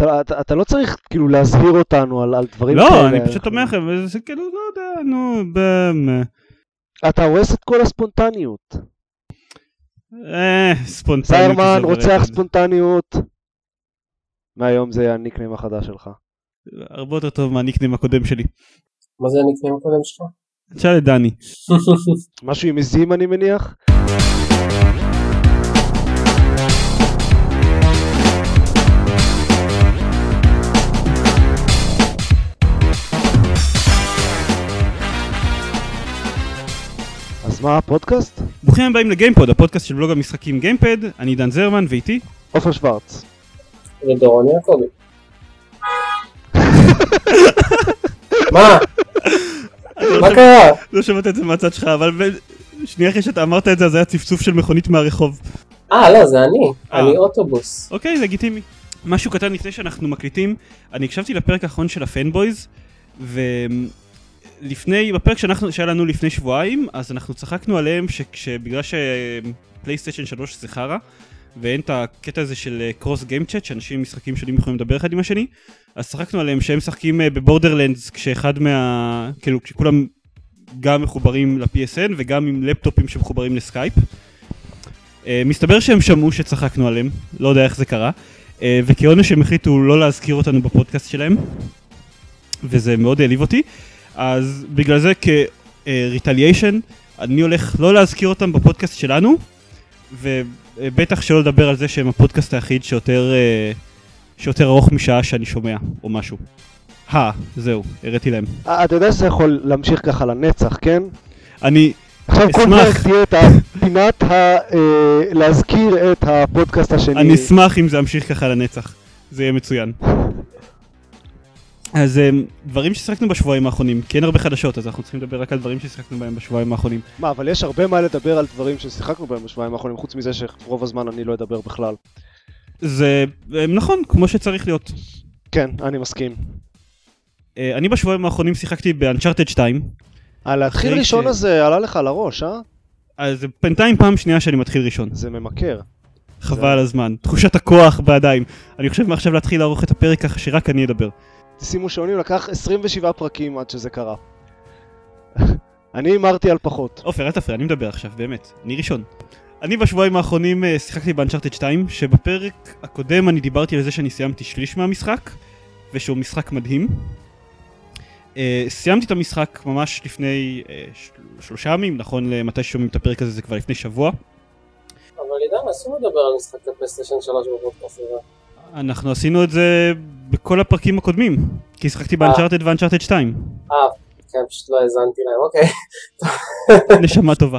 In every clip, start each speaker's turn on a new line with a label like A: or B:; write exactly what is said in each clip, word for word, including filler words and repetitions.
A: אתה, אתה, אתה לא צריך כאילו להסביר אותנו על, על דברים
B: לא,
A: כאלה.
B: אני פשוט אומר לכם, זה כאילו, לא יודע, נו, באמת.
A: אתה הורס את כל הספונטניות.
B: אה, ספונטניות.
A: זיירמן, רוצח ספונטניות. מהיום זה יהיה הניקניים החדש שלך.
B: הרבה יותר טוב מהניקניים הקודם שלי.
C: מה זה הניקניים הקודם שלך?
B: תשאל את דני.
A: משהו עם עזים אני מניח? אז מה הפודקאסט?
B: ברוכים הבאים לגיימפוד, הפודקאסט של בלוג המשחקים גיימפד. אני דן זרמן ואיתי
A: עופר שוורץ.
C: ודורון יעקבי. מה? מה קרה?
B: לא שמעת את זה מהצד שלך, אבל שנייה אחרי שאתה אמרת את זה, זה היה צפצוף של מכונית מהרחוב.
C: אה, לא, זה אני. אני אוטובוס.
B: אוקיי, לגיטימי. משהו קטן לפני שאנחנו מקליטים, אני הקשבתי לפרק האחרון של הפנבויז, ולפני, בפרק שאנחנו, שהיה לנו לפני שבועיים, אז אנחנו צחקנו עליהם שבגלל שפלייסטיישן שלוש זה חרה, ואין את הקטע הזה של קרוס גיימצ'אט, שאנשים משחקים שונים יכולים לדבר אחד עם השני, אז צחקנו עליהם שהם משחקים בבורדרלנדס, כשאחד מה, כאילו, כשכולם גם מחוברים ל-פי אס אן, וגם עם לפטופים שמחוברים לסקייפ. מסתבר שהם שמעו שצחקנו עליהם, לא יודע איך זה קרה, וכעונש הם החליטו לא להזכיר אותנו בפודקאסט שלהם, וזה מאוד העליב אותי, אז בגלל זה כ-retaliation, אני הולך לא להזכיר אותם בפודקאסט שלנו, ובטח שלא לדבר על זה שהם הפודקאסט היחיד שיותר, שיותר ארוך משעה שאני שומע, או משהו. אה, זהו, הראיתי להם.
A: אתה יודע שזה יכול להמשיך ככה לנצח, כן?
B: אני
A: עכשיו כל
B: אשמח.
A: פרק תהיה את הפינת להזכיר את הפודקאסט השני.
B: אני אשמח אם זה ימשיך ככה לנצח, זה יהיה מצוין. אז דברים ששחקנו בשבועיים האחרונים, כי אין הרבה חדשות, אז אנחנו צריכים לדבר רק על דברים ששחקנו בהם בשבועיים האחרונים.
A: מה, אבל יש הרבה מה לדבר על דברים ששיחקנו בהם בשבועיים האחרונים, חוץ מזה שרוב הזמן אני לא אדבר בכלל.
B: זה נכון, כמו שצריך להיות.
A: כן, אני מסכים.
B: אני בשבועיים האחרונים שיחקתי באנצ'ארטד שתיים.
A: להתחיל ראשון הזה עלה לך לראש, אה?
B: אז בינתיים פעם שנייה שאני מתחיל ראשון.
A: זה ממכר.
B: חבל על הזמן, תחושת הכוח בידיים. אני חושב מעכשיו להתחיל לערוך את הפרק ככה שרק אני אדבר.
A: שימו שעונים, לקח עשרים ושבעה פרקים עד שזה קרה. אני אמרתי על פחות.
B: עופר, אל תפריע, אני מדבר עכשיו, באמת. אני ראשון. אני בשבועיים האחרונים שיחקתי באנצ'ארטד שתיים, שבפרק הקודם אני דיברתי על זה שאני סיימתי שליש מהמשחק, ושהוא משחק מדהים. סיימתי את המשחק ממש לפני שלושה ימים, נכון למתי ששומעים את הפרק הזה, זה כבר לפני שבוע.
C: אבל עידן, אסור לדבר על משחק הפלייסטיישן שלוש בפודקאסט הזה.
B: אנחנו עשינו את זה בכל הפרקים הקודמים, כי שחקתי באנצ'ארטד ואנצ'ארטד שתיים.
C: אה, כן, פשוט לא האזנתי להם, אוקיי.
B: נשמה טובה.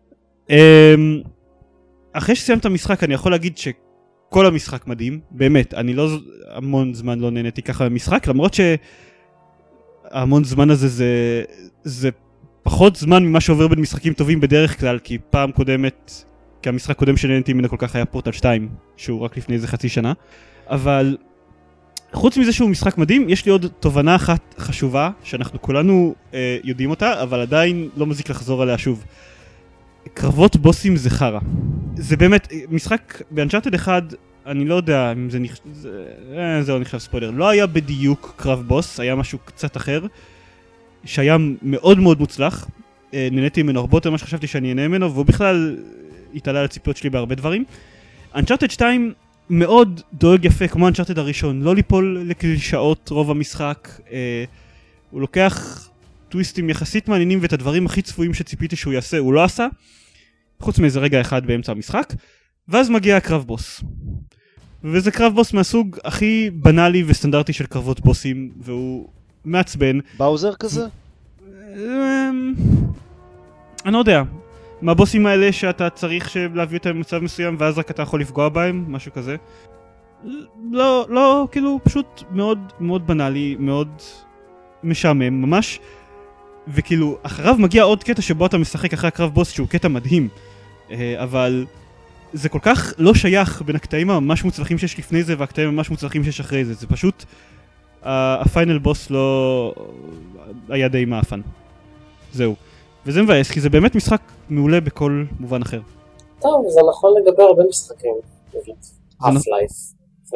B: אחרי שסיימת את המשחק אני יכול להגיד שכל המשחק מדהים, באמת, אני לא המון זמן לא נהניתי ככה במשחק, למרות שהמון זמן הזה זה, זה פחות זמן ממה שעובר בין משחקים טובים בדרך כלל, כי פעם קודמת, כי המשחק קודם שנהניתי ממנו כל כך היה פורטל שתיים, שהוא רק לפני איזה חצי שנה, אבל חוץ מזה שהוא משחק מדהים, יש לי עוד תובנה אחת חשובה, שאנחנו כולנו אה, יודעים אותה, אבל עדיין לא מזיק לחזור עליה שוב. קרבות בוסים זה חרה. זה באמת, משחק באנצ'ארטד אחד, אני לא יודע אם זה נחשב, זה, אה, זהו נחשב ספוילר, לא היה בדיוק קרב בוס, היה משהו קצת אחר, שהיה מאוד מאוד מוצלח, אה, נהניתי ממנו הרבה יותר מה שחשבתי שאני אהנה ממנו, והוא בכלל התעלה על הציפיות שלי בהרבה דברים. אנצ'ארטד שתיים מאוד דואג יפה, כמו אנצ'ארטד הראשון, לא ליפול לקלישאות רוב המשחק, אה, הוא לוקח טוויסטים יחסית מעניינים ואת הדברים הכי צפויים שציפיתי שהוא יעשה, הוא לא עשה, חוץ מאיזה רגע אחד באמצע המשחק, ואז מגיע הקרב בוס. וזה קרב בוס מהסוג הכי בנאלי וסטנדרטי של קרבות בוסים, והוא מעצבן.
A: באוזר כזה?
B: אני לא יודע. מהבוסים האלה שאתה צריך להביא אותם במצב מסוים ואז רק אתה יכול לפגוע בהם, משהו כזה. לא, לא, כאילו פשוט מאוד מאוד בנאלי, מאוד משעמם, ממש. וכאילו אחריו מגיע עוד קטע שבו אתה משחק אחרי הקרב בוס שהוא קטע מדהים. אבל זה כל כך לא שייך בין הקטעים הממש מוצלחים שיש לפני זה והקטעים הממש מוצלחים שיש אחרי זה. זה פשוט, הפיינל בוס לא היה די מאפן. זהו. וזה מבאס, כי זה באמת משחק מעולה בכל מובן אחר.
C: טוב, זה נכון לגבי הרבה משחקים, נגיד, Half-Life.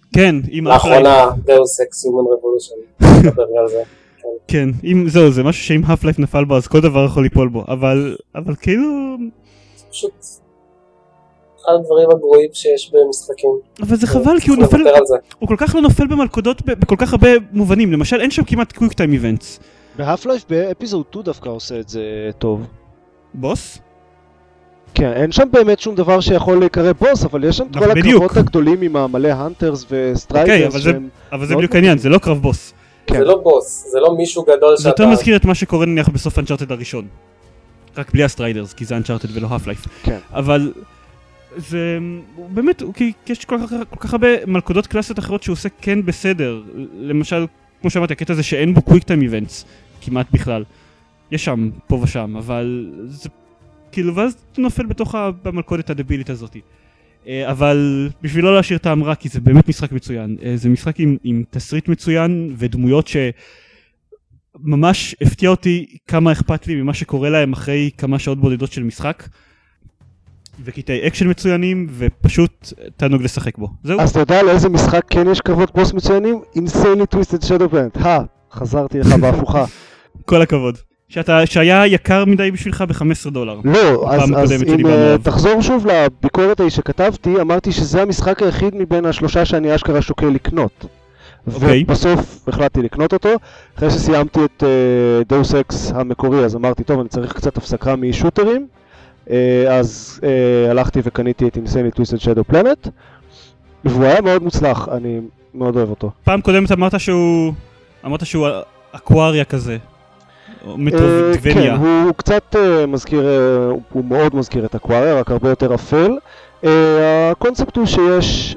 B: כן, עם
C: לאחרונה דאוס אקס Human Revolution, נדבר על זה.
B: כן, אם זהו, זה משהו שאם Half-Life נפל בו, אז כל דבר יכול ליפול בו, אבל, אבל כאילו...
C: פשוט... אחד הדברים הגרועים שיש במשחקים.
B: אבל זה חבל, כי הוא נופל... הוא כל כך לא נופל במלכודות בכל כך הרבה מובנים, למשל אין שם כמעט קוויק טיים איבנטס.
A: בהאף-לייף באפיזוד שתיים דווקא עושה את זה טוב.
B: בוס?
A: כן, אין שם באמת שום דבר שיכול להיקרא בוס, אבל יש שם כל הקרבות הגדולים עם המלא האנטרס וסטריידרס.
B: אבל זה בדיוק העניין, זה לא קרב בוס.
C: זה לא בוס, זה לא מישהו גדול שאתה...
B: זה יותר מזכיר את מה שקורה נניח בסוף אנצ'ארטד הראשון. רק בלי הסטריידרס, כי זה אנצ'ארטד ולא האף-לייף.
A: כן.
B: אבל זה באמת, כי יש כל כך הרבה מלכודות קלאסיות אחרות שהוא עושה כן בסדר. למשל, כמו שאמרתי, הקטע הזה שאין בו קוויק טיים איבנטס, כמעט בכלל. יש שם, פה ושם, אבל זה כאילו, ואז אתה נופל בתוך המלכודת הדבילית הזאת. אבל בשביל לא להשאיר טעם רע, כי זה באמת משחק מצוין. זה משחק עם, עם תסריט מצוין ודמויות שממש הפתיע אותי כמה אכפת לי ממה שקורה להם אחרי כמה שעות בודדות של משחק. וקטעי אקשן מצוינים, ופשוט תענוג לשחק בו. זהו.
A: אז אתה יודע על איזה משחק כן יש קרבות בוס מצוינים? Insanely Twisted Shadow Planet. הא, חזרתי לך בהפוכה.
B: כל הכבוד. שאתה, שהיה יקר מדי בשבילך ב-חמישה עשר דולר.
A: לא, אז, אז אם uh, תחזור שוב לביקורת ההיא שכתבתי, אמרתי שזה המשחק היחיד מבין השלושה שאני אשכרה שוקל לקנות. Okay. ובסוף החלטתי לקנות אותו. אחרי שסיימתי את uh, Deus Ex המקורי, אז אמרתי, טוב, אני צריך קצת הפסקה משוטרים. Uh, אז uh, הלכתי וקניתי את Insanely Twisted Shadow Planet. והוא היה מאוד מוצלח, אני מאוד אוהב אותו.
B: פעם קודמת אמרת שהוא, אמרת שהוא אקואריה כזה.
A: כן, הוא קצת מזכיר, הוא מאוד מזכיר את אקוואריה, רק הרבה יותר אפל. הקונספט הוא שיש,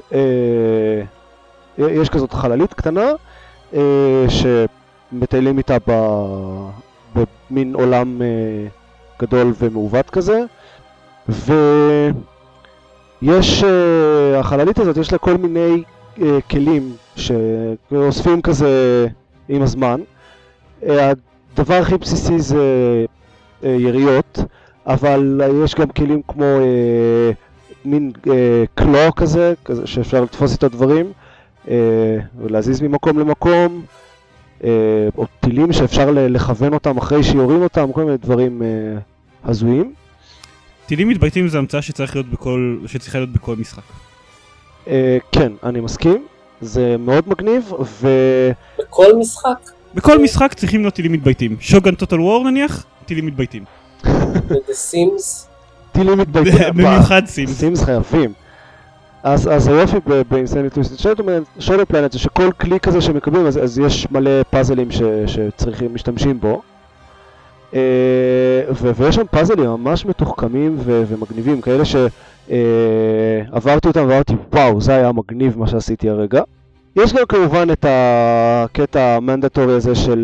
A: יש כזאת חללית קטנה, שמטיילים איתה במין עולם גדול ומעוות כזה, ויש, החללית הזאת יש לה כל מיני כלים שאוספים כזה עם הזמן. הדבר הכי בסיסי זה אה, יריות, אבל אה, יש גם כלים כמו אה, מין אה, קלו כזה, כזה שאפשר לתפוס איתו דברים אה, ולהזיז ממקום למקום, אה, או טילים שאפשר לכוון אותם אחרי שיורים אותם, כל מיני דברים אה, הזויים.
B: טילים מתבייתים זה המצאה שצריך להיות בכל, שצריכה להיות בכל משחק.
A: אה, כן, אני מסכים, זה מאוד מגניב ו...
C: בכל משחק?
B: בכל משחק צריכים להיות טילים מתבייתים. שוגן טוטל וור נניח, טילים מתבייתים.
C: ב-The Sims?
A: טילים מתבייתים.
B: במיוחד סימס.
A: סימס חייבים. אז, אז היופי ב-Insanely Twisted Shadow Planet זה שכל כלי כזה שמקבלים, אז, אז יש מלא פאזלים ש, שצריכים, משתמשים בו. ו, ויש שם פאזלים ממש מתוחכמים ו, ומגניבים, כאלה שעברתי אותם ואמרתי, וואו, זה היה מגניב מה שעשיתי הרגע. יש גם כמובן את הקטע המנדטורי הזה של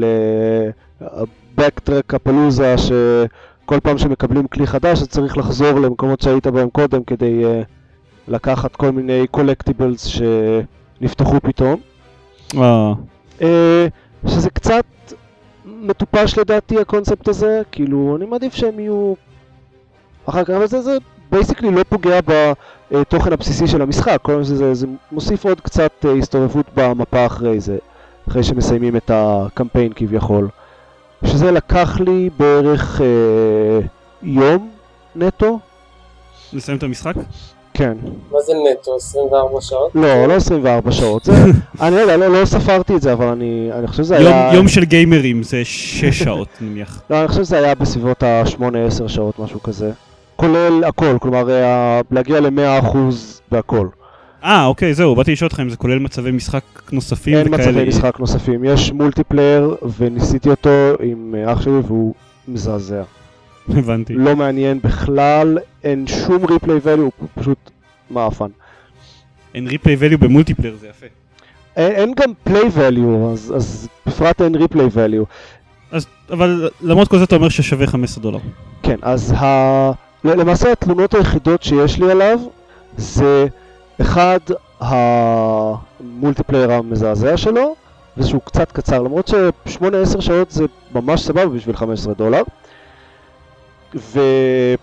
A: בקטרק הפלוזה, שכל פעם שמקבלים כלי חדש אז צריך לחזור למקומות שהיית בהם קודם כדי uh, לקחת כל מיני קולקטיבלס שנפתחו פתאום.
B: אה.
A: Uh, שזה קצת מטופש לדעתי הקונספט הזה, כאילו אני מעדיף שהם יהיו אחר כך, אבל זה זה בייסיקלי לא פוגע בתוכן הבסיסי של המשחק, כל זה, זה, זה מוסיף עוד קצת uh, הסתובבות במפה אחרי זה, אחרי שמסיימים את הקמפיין כביכול. שזה לקח לי בערך uh, יום נטו.
B: לסיים את המשחק?
A: כן.
C: מה זה נטו? עשרים וארבע שעות?
A: לא, לא עשרים וארבע שעות. זה, אני לא יודע, לא, לא ספרתי את זה, אבל אני, אני חושב שזה
B: יום,
A: היה...
B: יום של גיימרים זה שש שעות נניח.
A: לא, אני חושב שזה היה בסביבות ה-שמונה עשר שעות, משהו כזה. כולל הכל, כלומר להגיע ל-מאה אחוז בהכל.
B: אה, אוקיי, זהו, באתי לשאול אותך אם זה כולל מצבי משחק נוספים
A: אין
B: וכאלה.
A: אין מצבי משחק נוספים, יש מולטיפלייר וניסיתי אותו עם אח שלי והוא מזעזע.
B: הבנתי.
A: לא מעניין בכלל, אין שום ריפליי ואליו, הוא פשוט מאפן.
B: אין ריפליי ואליו במולטיפלייר, זה יפה.
A: אין, אין גם פליי ואליו, אז, אז בפרט אין ריפליי ואליו.
B: אז, אבל למרות כל זה אתה אומר ששווה חמישה עשר דולר.
A: כן, אז ה... למעשה התלונות היחידות שיש לי עליו זה אחד, המולטיפלייר המזעזע שלו, ושהוא קצת קצר, למרות ש-שמונה עשר שעות זה ממש סבבה בשביל חמישה עשר דולר. ויש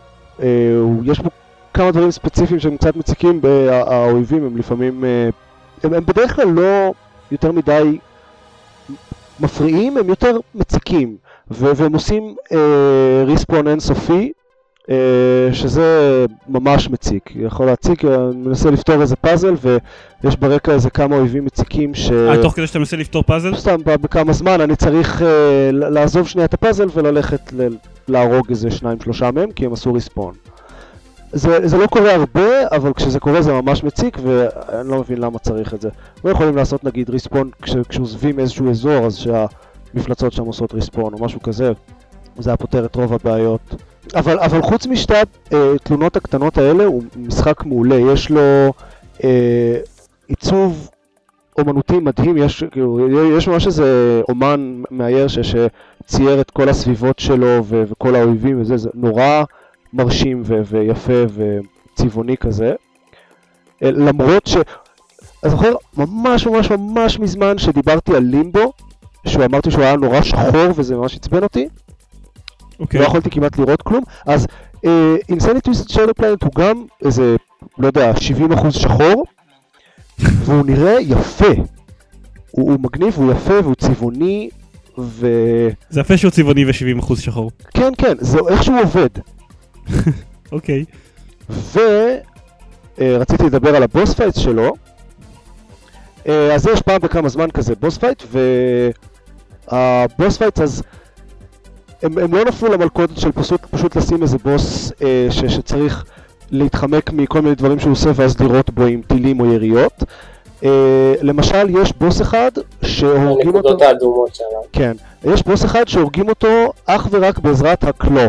A: בו כמה דברים ספציפיים שהם קצת מציקים, האויבים הם לפעמים הם, הם בדרך כלל לא יותר מדי מפריעים, הם יותר מציקים, ו- והם עושים אה, ריספון אינסופי, אה, שזה ממש מציק. יכול להציק, אני מנסה לפתור איזה פאזל, ויש ברקע איזה כמה אויבים מציקים ש...
B: אה, תוך כדי שאתה מנסה לפתור פאזל?
A: סתם, בכמה זמן אני צריך אה, לעזוב שנייה את הפאזל וללכת ל- להרוג איזה שניים שלושה מהם, כי הם עשו ריספון. זה, זה לא קורה הרבה, אבל כשזה קורה זה ממש מציק, ואני לא מבין למה צריך את זה. לא יכולים לעשות נגיד ריספון כש, כשעוזבים איזשהו אזור, אז שהמפלצות שם עושות ריספון או משהו כזה. זה היה פותר את רוב הבעיות. אבל, אבל חוץ משתי אה, תלונות הקטנות האלה, הוא משחק מעולה. יש לו אה, עיצוב אומנותי מדהים, יש, כאילו, יש ממש איזה אומן מאייר ש, שצייר את כל הסביבות שלו ו, וכל האויבים וזה, זה נורא מרשים ו- ויפה וצבעוני כזה. למרות ש... אני זוכר ממש ממש ממש מזמן שדיברתי על לימבו, שהוא אמרתי שהוא היה נורא שחור וזה ממש עצבן אותי.
B: אוקיי.
A: לא יכולתי כמעט לראות כלום. אז Insanity Twisted Shadow Planet הוא גם איזה, לא יודע, שבעים אחוז שחור, והוא נראה יפה. הוא, הוא מגניב, הוא יפה והוא צבעוני ו...
B: זה יפה שהוא צבעוני ו-שבעים אחוז שחור.
A: כן, כן, זה איך שהוא עובד.
B: אוקיי.
A: ורציתי לדבר על הבוס פייט שלו. אז יש פעם בכמה זמן כזה בוס פייט, והבוס פייט אז הם, הם לא נפלו למלכודת של פשוט, פשוט לשים איזה בוס אה, ש, שצריך להתחמק מכל מיני דברים שהוא עושה ואז לירות בו עם טילים או יריות. אה, למשל יש בוס אחד שהורגים אותו...
C: הנקודות האדומות שם.
A: כן, יש בוס אחד שהורגים אותו אך ורק בעזרת הקלו.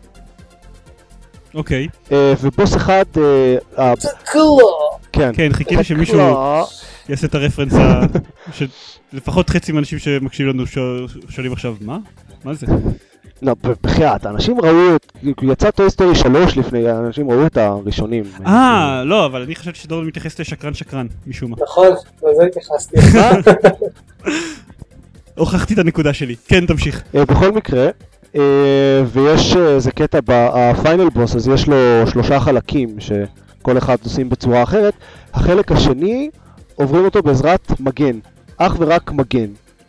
B: אוקיי.
A: ובוס אחד...
C: זה קלו!
A: כן.
B: כן, חיכיתי שמישהו יעשה את הרפרנס ה... שלפחות חצי מהאנשים שמקשיבים לנו שואלים עכשיו, מה? מה זה?
A: לא, בחייאת, אנשים ראו את... יצא טוי סטורי שלוש לפני, אנשים ראו את הראשונים.
B: אה, לא, אבל אני חשבתי שדורון מתייחס לשקרן שקרן, משום מה.
C: נכון, לזה התייחסתי.
B: הוכחתי את הנקודה שלי. כן, תמשיך.
A: בכל מקרה, ויש איזה קטע בפיינל בוס, אז יש לו שלושה חלקים שכל אחד עושים בצורה אחרת. החלק השני עוברים אותו בעזרת מגן, אך ורק מגן.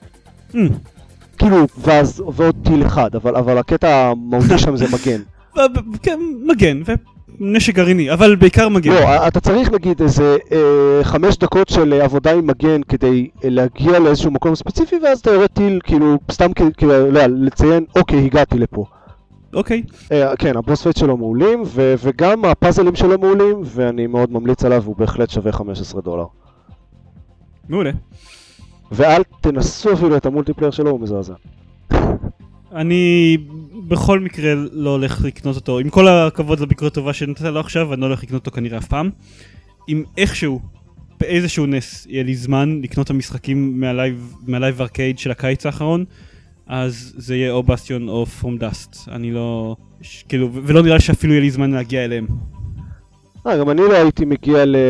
A: כאילו, ואז ועוד טיל אחד, אבל, אבל הקטע המהותי שם זה מגן.
B: כן, מגן, ונשק גרעיני, אבל בעיקר מגן.
A: לא, אתה צריך נגיד איזה אה, חמש דקות של עבודה עם מגן כדי להגיע לאיזשהו מקום ספציפי, ואז אתה יורד טיל, כאילו, סתם כאילו, לא, לציין, אוקיי, הגעתי לפה.
B: אוקיי.
A: אה, כן, הבוס פייט שלו מעולים, ו- וגם הפאזלים שלו מעולים, ואני מאוד ממליץ עליו, הוא בהחלט שווה חמישה עשר דולר.
B: מעולה.
A: ואל תנסו אפילו את המולטיפלייר שלו, הוא מזעזע.
B: אני בכל מקרה לא הולך לקנות אותו, עם כל הכבוד לביקורת טובה שנתת לו עכשיו, אני לא הולך לקנות אותו כנראה אף פעם. אם איכשהו, באיזשהו נס, יהיה לי זמן לקנות את המשחקים מהלייב, מהלייב ארקייד של הקיץ האחרון, אז זה יהיה או בסטיון או פרום דאסט. אני לא... כאילו, ולא נראה לי שאפילו יהיה לי זמן להגיע אליהם.
A: אה, גם אני לא הייתי מגיע ל...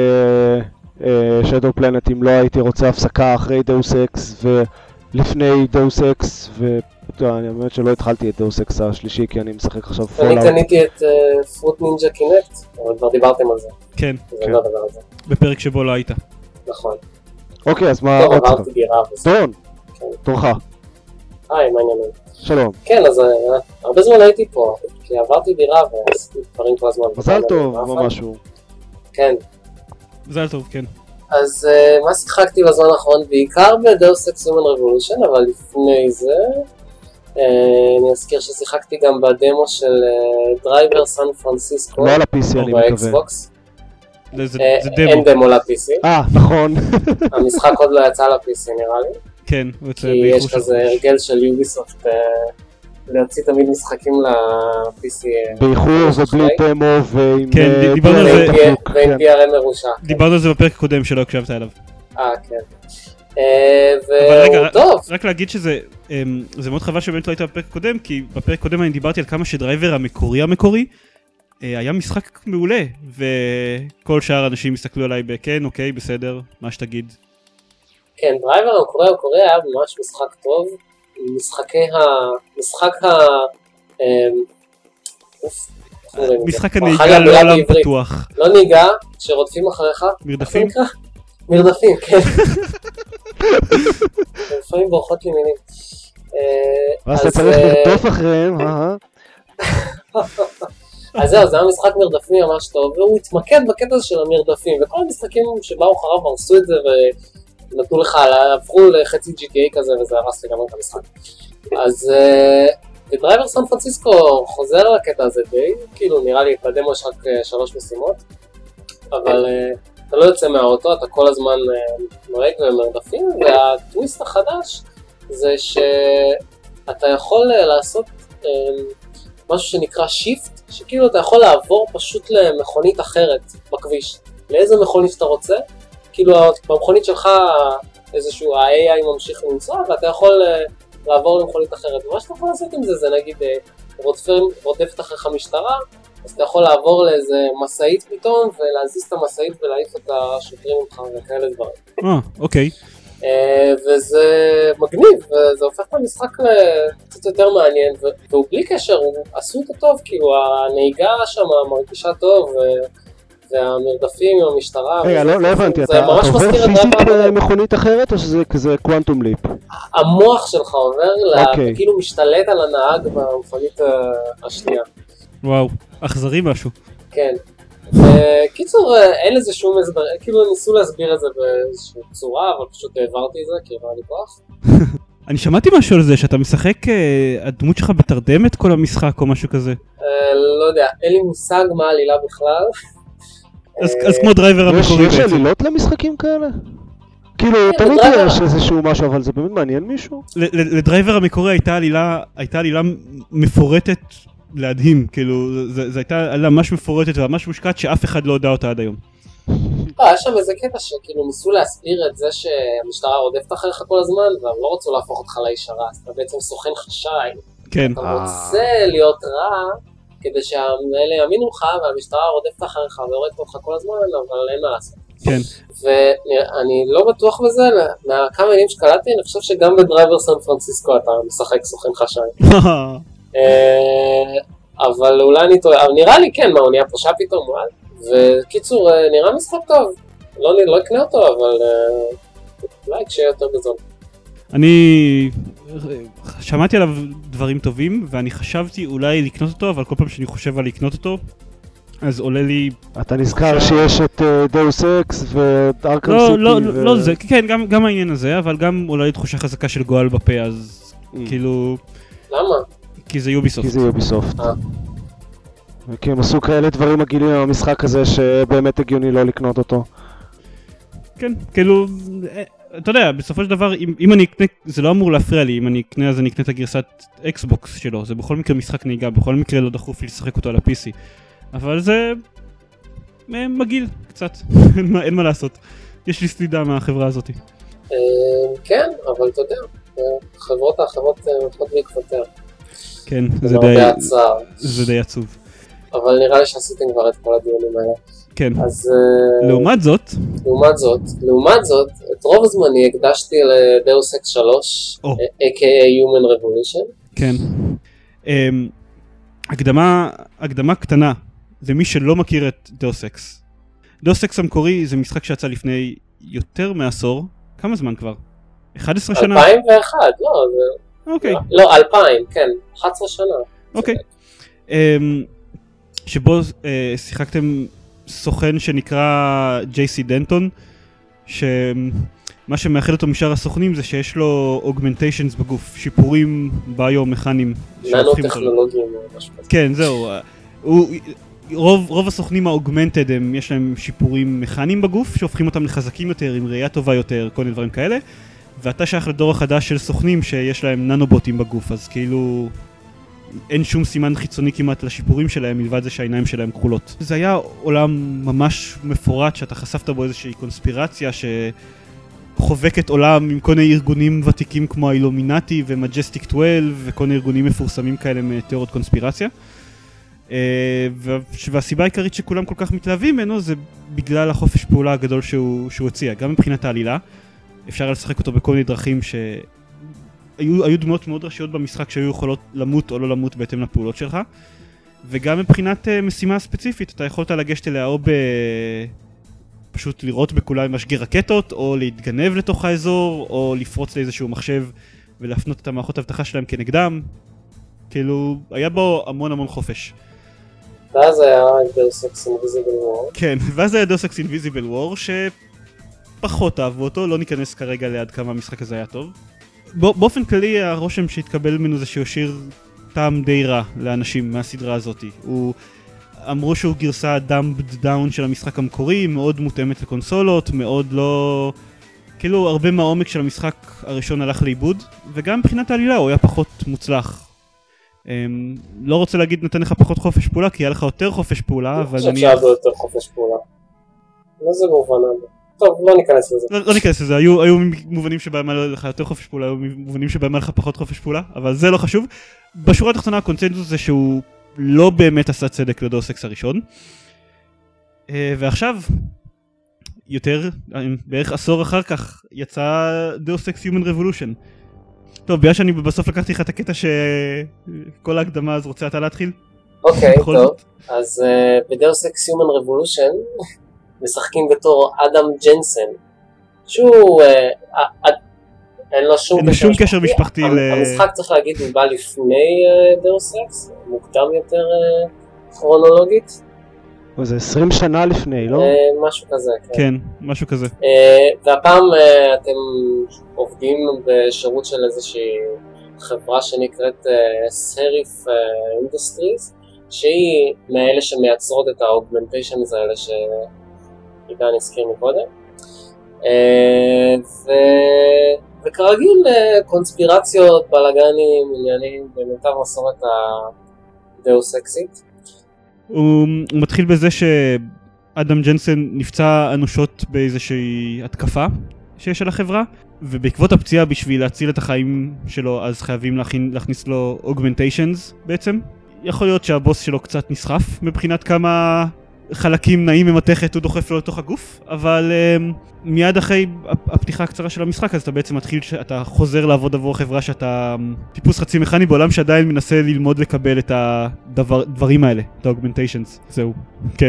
A: שדו פלנט אם לא הייתי רוצה הפסקה אחרי דאוס אקס ולפני דאוס אקס, ואני באמת שלא התחלתי את דאוס אקס השלישי כי אני משחק עכשיו פולאאוט.
C: אני קניתי את פרוט נינג'ה קינקט, אבל כבר דיברתם על זה.
B: כן.
C: זה לא דבר על זה.
B: בפרק שבו לא היית.
C: נכון.
A: אוקיי, אז מה
C: טוב,
A: עוד
C: עברתי דירה וזה.
A: דורון, תורך.
C: היי, מה העניינים?
A: שלום.
C: כן, אז הרבה זמן הייתי פה, כי עברתי דירה ועשיתי דברים כל הזמן.
A: מזל טוב או משהו.
C: כן.
B: מזל טוב, כן.
C: אז uh, מה שיחקתי בזמן האחרון? בעיקר בדאוס אקס הומן רבולושן, אבל לפני זה uh, אני אזכיר ששיחקתי גם בדמו של דרייבר סן פרנסיסקו.
A: לא על ה-פי סי אני מקווה.
C: באקסבוקס.
B: זה
C: uh,
B: דמו.
C: אין דמו ל-פי סי.
A: אה, נכון.
C: המשחק עוד לא יצא ל-פי סי נראה לי.
B: כן, הוא יוצא
C: כי
B: באיחור
C: יש כזה הרגל של יוביסופט uh, להוציא תמיד משחקים ל-פי סי.
A: באיחור ובלי דמו ועם...
B: כן, דיברנו על זה.
C: ועם פי אר אם מרושע.
B: דיברנו על זה בפרק הקודם שלא הקשבת אליו.
C: אה, כן.
B: אבל רגע,
C: טוב.
B: רק להגיד שזה זה מאוד חבל שבאמת לא היית בפרק הקודם, כי בפרק הקודם אני דיברתי על כמה שדרייבר המקורי המקורי היה משחק מעולה, וכל שאר האנשים הסתכלו עליי בכן, אוקיי, בסדר, מה שתגיד.
C: כן, דרייבר המקורי המקורי היה ממש משחק טוב. משחקי ה... משחק ה...
B: משחק הנהיגה לעולם פתוח.
C: לא נהיגה, שרודפים אחריך.
B: מרדפים?
C: מרדפים, כן. לפעמים בורחות לי מילים.
A: אז אתה צריך לרדוף אחריהם, אה?
C: אז זהו, זה היה משחק מרדפים ממש טוב, והוא התמקד בקטע של המרדפים, וכל המשחקים שבאו אחריו הרסו את זה ונתנו לך, הפכו לחצי ג'י טי איי כזה, וזה הרס לגמרי את המשחק. אז ודרייבר סן פרנסיסקו חוזר לקטע הזה די, כאילו נראה לי בדמו יש רק שלוש משימות, אבל אתה לא יוצא מהאוטו, אתה כל הזמן נוהג ומרדפים, והטוויסט החדש זה שאתה יכול לעשות משהו שנקרא שיפט, שכאילו אתה יכול לעבור פשוט למכונית אחרת בכביש. לאיזה מכונית שאתה רוצה, כאילו במכונית שלך איזשהו ה-איי איי ממשיך לנסוע, ואתה יכול לעבור למכונית אחרת. ומה שאתה יכול לעשות עם זה, זה נגיד רודפת אחריך משטרה, אז אתה יכול לעבור לאיזה מסעית פתאום, ולהזיז את המסעית ולהעיף את השוטרים ממך וכאלה דברים.
B: אה, אוקיי.
C: וזה מגניב, וזה הופך את המשחק קצת יותר מעניין, והוא בלי קשר, הוא עשו אותו טוב, כאילו הנהיגה שם מרגישה טוב, והמרדפים עם המשטרה.
A: רגע, לא הבנתי, אתה עובר פיזית למכונית אחרת, או שזה כזה קוונטום ליפ?
C: המוח שלך עובר, כאילו משתלט על הנהג במכונית השנייה.
B: וואו, אכזרי משהו.
C: כן. קיצור, אין לזה שום הסבר, כאילו ניסו להסביר את זה באיזושהי צורה, אבל פשוט העברתי את זה, כי עבר לי כוח.
B: אני שמעתי משהו על זה, שאתה משחק, הדמות שלך בתרדמת כל המשחק או משהו כזה.
C: לא יודע, אין לי מושג מה העלילה בכלל.
B: אז כמו דרייבר המקורי בעצם.
A: יש עלילות למשחקים כאלה? כאילו, תמיד יש איזשהו משהו, אבל זה באמת מעניין מישהו?
B: לדרייבר המקורי הייתה עלילה מפורטת, להדהים, כאילו, זו הייתה עלילה ממש מפורטת וממש מושקעת שאף אחד לא יודע אותה עד היום.
C: לא, יש שם איזה קטע שכאילו ניסו להסביר את זה שהמשטרה רודפת אחריך כל הזמן, והם לא רצו להפוך אותך לאיש הרע, אז אתה בעצם סוכן חשאי.
B: כן.
C: אתה רוצה להיות רע, כדי שהאלה יאמינו לך, והמשטרה רודפת אחריך והורדת אותך כל הזמן, אבל אין מה לעשות.
B: כן.
C: ואני לא בטוח בזה, מהכמה מילים שקלטתי, אני חושב שגם בדרייבר סן פרנסיסקו אתה משחק סוכן חשאי. אבל אולי אני טועה, נראה לי כן, מה הוא נהיה פושע פתאום, וקיצור, נראה משחק טוב, לא אקנה אותו, אבל אולי כשיהיה יותר בזול.
B: אני שמעתי עליו דברים טובים, ואני חשבתי אולי לקנות אותו, אבל כל פעם שאני חושב על לקנות אותו, אז עולה לי...
A: אתה נזכר שיש את דאוס אקס וארקם סיטי?
B: לא, לא זה, כן, גם העניין הזה, אבל גם עולה לי תחושה חזקה של גועל בפה, אז כאילו...
C: למה?
B: כי זה יוביסופט.
A: כי זה יוביסופט. כי הם עשו כאלה דברים מגעילים במשחק הזה שבאמת הגיוני לא לקנות אותו.
B: כן, כאילו, אתה יודע, בסופו של דבר, אם, אם אני אקנה, זה לא אמור להפריע לי, אם אני אקנה אז אני אקנה את הגרסת אקסבוקס שלו, זה בכל מקרה משחק נהיגה, בכל מקרה לא דחוף לי לשחק אותו על ה-פי סי. אבל זה מגעיל קצת, אין מה, אין מה לעשות. יש לי סלידה מהחברה הזאת.
C: כן, אבל אתה יודע, חברות האחרות הולכות בעקבותיה.
B: כן, זה די, זה די עצוב.
C: אבל נראה לי שעשיתם כבר את כל הדיונים האלה.
B: כן.
C: אז...
B: לעומת זאת...
C: לעומת זאת, לעומת זאת, את רוב הזמני הקדשתי לדאוס אקס שלוש, איי קיי איי Human Revolution.
B: כן. הקדמה, הקדמה קטנה, למי שלא מכיר את דאוס אקס. דאוס אקס המקורי זה משחק שיצא לפני יותר מעשור. כמה זמן כבר? אחת עשרה שנה?
C: אלפיים ואחת, לא, זה...
B: אוקיי.
C: לא, אלפיים, כן, אחת עשרה שנה.
B: אוקיי. שבו שיחקתם סוכן שנקרא ג'יי סי דנטון, שמה שמאחד אותו משאר הסוכנים זה שיש לו אוגמנטיישנס בגוף, שיפורים ביו-מכניים.
C: ננו-טכנולוגיים או משהו כזה.
B: כן, זהו. רוב, רוב הסוכנים האוגמנטד הם, יש להם שיפורים מכניים בגוף, שהופכים אותם לחזקים יותר, עם ראייה טובה יותר, כל מיני דברים כאלה. ואתה שייך לדור החדש של סוכנים שיש להם ננובוטים בגוף, אז כאילו אין שום סימן חיצוני כמעט לשיפורים שלהם, מלבד זה שהעיניים שלהם כחולות. זה היה עולם ממש מפורט, שאתה חשפת בו איזושהי קונספירציה שחובקת עולם עם כל מיני ארגונים ותיקים כמו האילומינטי ומג'סטיק שתים עשרה וכל מיני ארגונים מפורסמים כאלה מתיאוריות קונספירציה. והסיבה העיקרית שכולם כל כך מתלהבים ממנו זה בגלל החופש פעולה הגדול שהוא, שהוא הציע, גם מבחינת העלילה. אפשר לשחק אותו בכל מיני דרכים שהיו היו דמות מאוד ראשיות במשחק שהיו יכולות למות או לא למות בהתאם לפעולות שלך, וגם מבחינת uh, משימה ספציפית אתה יכולת לגשת אליה או פשוט לראות בכולם משגר רקטות, או להתגנב לתוך האזור, או לפרוץ לאיזשהו מחשב ולהפנות את המערכות האבטחה שלהם כנגדם. כאילו, היה בו המון המון חופש.
C: ואז היה Deus Ex Invisible War.
B: כן, ואז היה Deus Ex Invisible War, שפחות אהבו אותו, לא ניכנס כרגע לעד כמה המשחק הזה היה טוב. באופן כללי, הרושם שהתקבל ממנו זה שהוא השאיר טעם די רע לאנשים מהסדרה הזאת. הוא... אמרו שהוא גרסה dumbed down של המשחק המקורי, מאוד מותאמת לקונסולות, מאוד לא... כאילו הרבה מהעומק של המשחק הראשון הלך לאיבוד, וגם מבחינת העלילה הוא היה פחות מוצלח. אמ, לא רוצה להגיד נתן לך פחות חופש פעולה, כי היה לך יותר חופש פעולה, אבל
C: אני... אני חושב שהיה בו יותר חופש פעולה. לא זה מובן הזה. טוב, לא ניכנס לזה.
B: לא, לא ניכנס לזה, היו, היו מובנים שבהם היה לך יותר חופש פעולה, היו מובנים שבהם היה לך פחות חופש פעולה, אבל זה לא חשוב. בשורה התחתונה הקונצנזוס זה שהוא לא באמת עשה צדק לדאוס אקס הראשון. ועכשיו, יותר, בערך עשור אחר כך, יצא דאוס אקס Human Revolution. טוב, בגלל שאני בסוף לקחתי לך את הקטע שכל ההקדמה אז רוצה אתה להתחיל?
C: אוקיי, טוב. אז בדאוס אקס Human Revolution משחקים בתור אדם ג'נסן, שהוא... אין לו שום,
B: אין שום קשר משפחתי.
C: המשחק צריך להגיד הוא בא לפני דאוס אקס, מוקדם יותר כרונולוגית.
A: זה עשרים שנה לפני, לא?
C: משהו כזה, כן.
B: כן, משהו כזה.
C: והפעם אתם עובדים בשירות של איזושהי חברה שנקראת סריף אינדסטריז, שהיא מאלה שמייצרות את האוגמנטיישנס האלה שעידן הזכיר מקודם. ו... וכרגיל קונספירציות, בלגנים, עניינים, במיטב מסורת הדאוס אקסית.
B: הוא מתחיל בזה שאדם ג'נסן נפצע אנושות באיזושהי התקפה שיש על החברה, ובעקבות הפציעה בשביל להציל את החיים שלו אז חייבים להכין, להכניס לו אוגמנטיישנס בעצם. יכול להיות שהבוס שלו קצת נסחף מבחינת כמה חלקים נעים ממתכת הוא דוחף לו לתוך הגוף, אבל um, מיד אחרי הפתיחה הקצרה של המשחק אז אתה בעצם מתחיל, אתה חוזר לעבוד עבור חברה שאתה um, טיפוס חצי מכני בעולם שעדיין מנסה ללמוד לקבל את הדברים האלה, את האוגמנטיישנס. זהו, כן.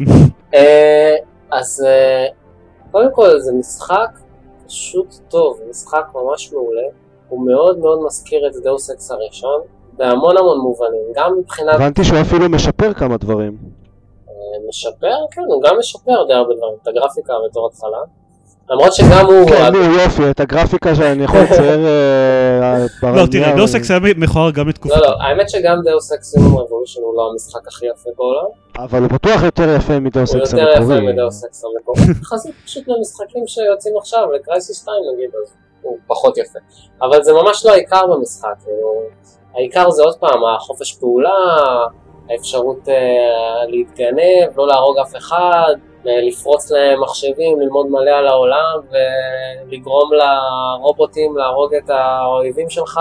C: אז קודם כל זה משחק פשוט טוב, משחק ממש מעולה, הוא מאוד מאוד מזכיר את דאוס אקס הראשון בהמון המון מובנים, גם מבחינת...
A: הבנתי שהוא אפילו משפר כמה דברים.
C: משפר? כן, הוא גם משפר די הרבה דברים, את הגרפיקה בתור התחלה. למרות שגם הוא...
A: כן, נו יופי, את הגרפיקה שאני יכול לצייר...
B: לא, תראה, דאוס אקס היה מכוער גם לתקופה.
C: לא, לא, האמת שגם דאוס אקס Human Revolution הוא לא המשחק הכי יפה בעולם.
A: אבל הוא בטוח יותר יפה מדאוס אקס
C: המקורי. הוא יותר יפה מדאוס אקס המקורי. חזית פשוט למשחקים שיוצאים עכשיו, לקרייסיס שתיים נגיד, אז הוא פחות יפה. אבל זה ממש לא העיקר במשחק. העיקר זה עוד פעם, החופש פעולה, האפשרות uh, להתגנב, לא להרוג אף אחד, לפרוץ להם מחשבים, ללמוד מלא על העולם ולגרום לרובוטים להרוג את האויבים שלך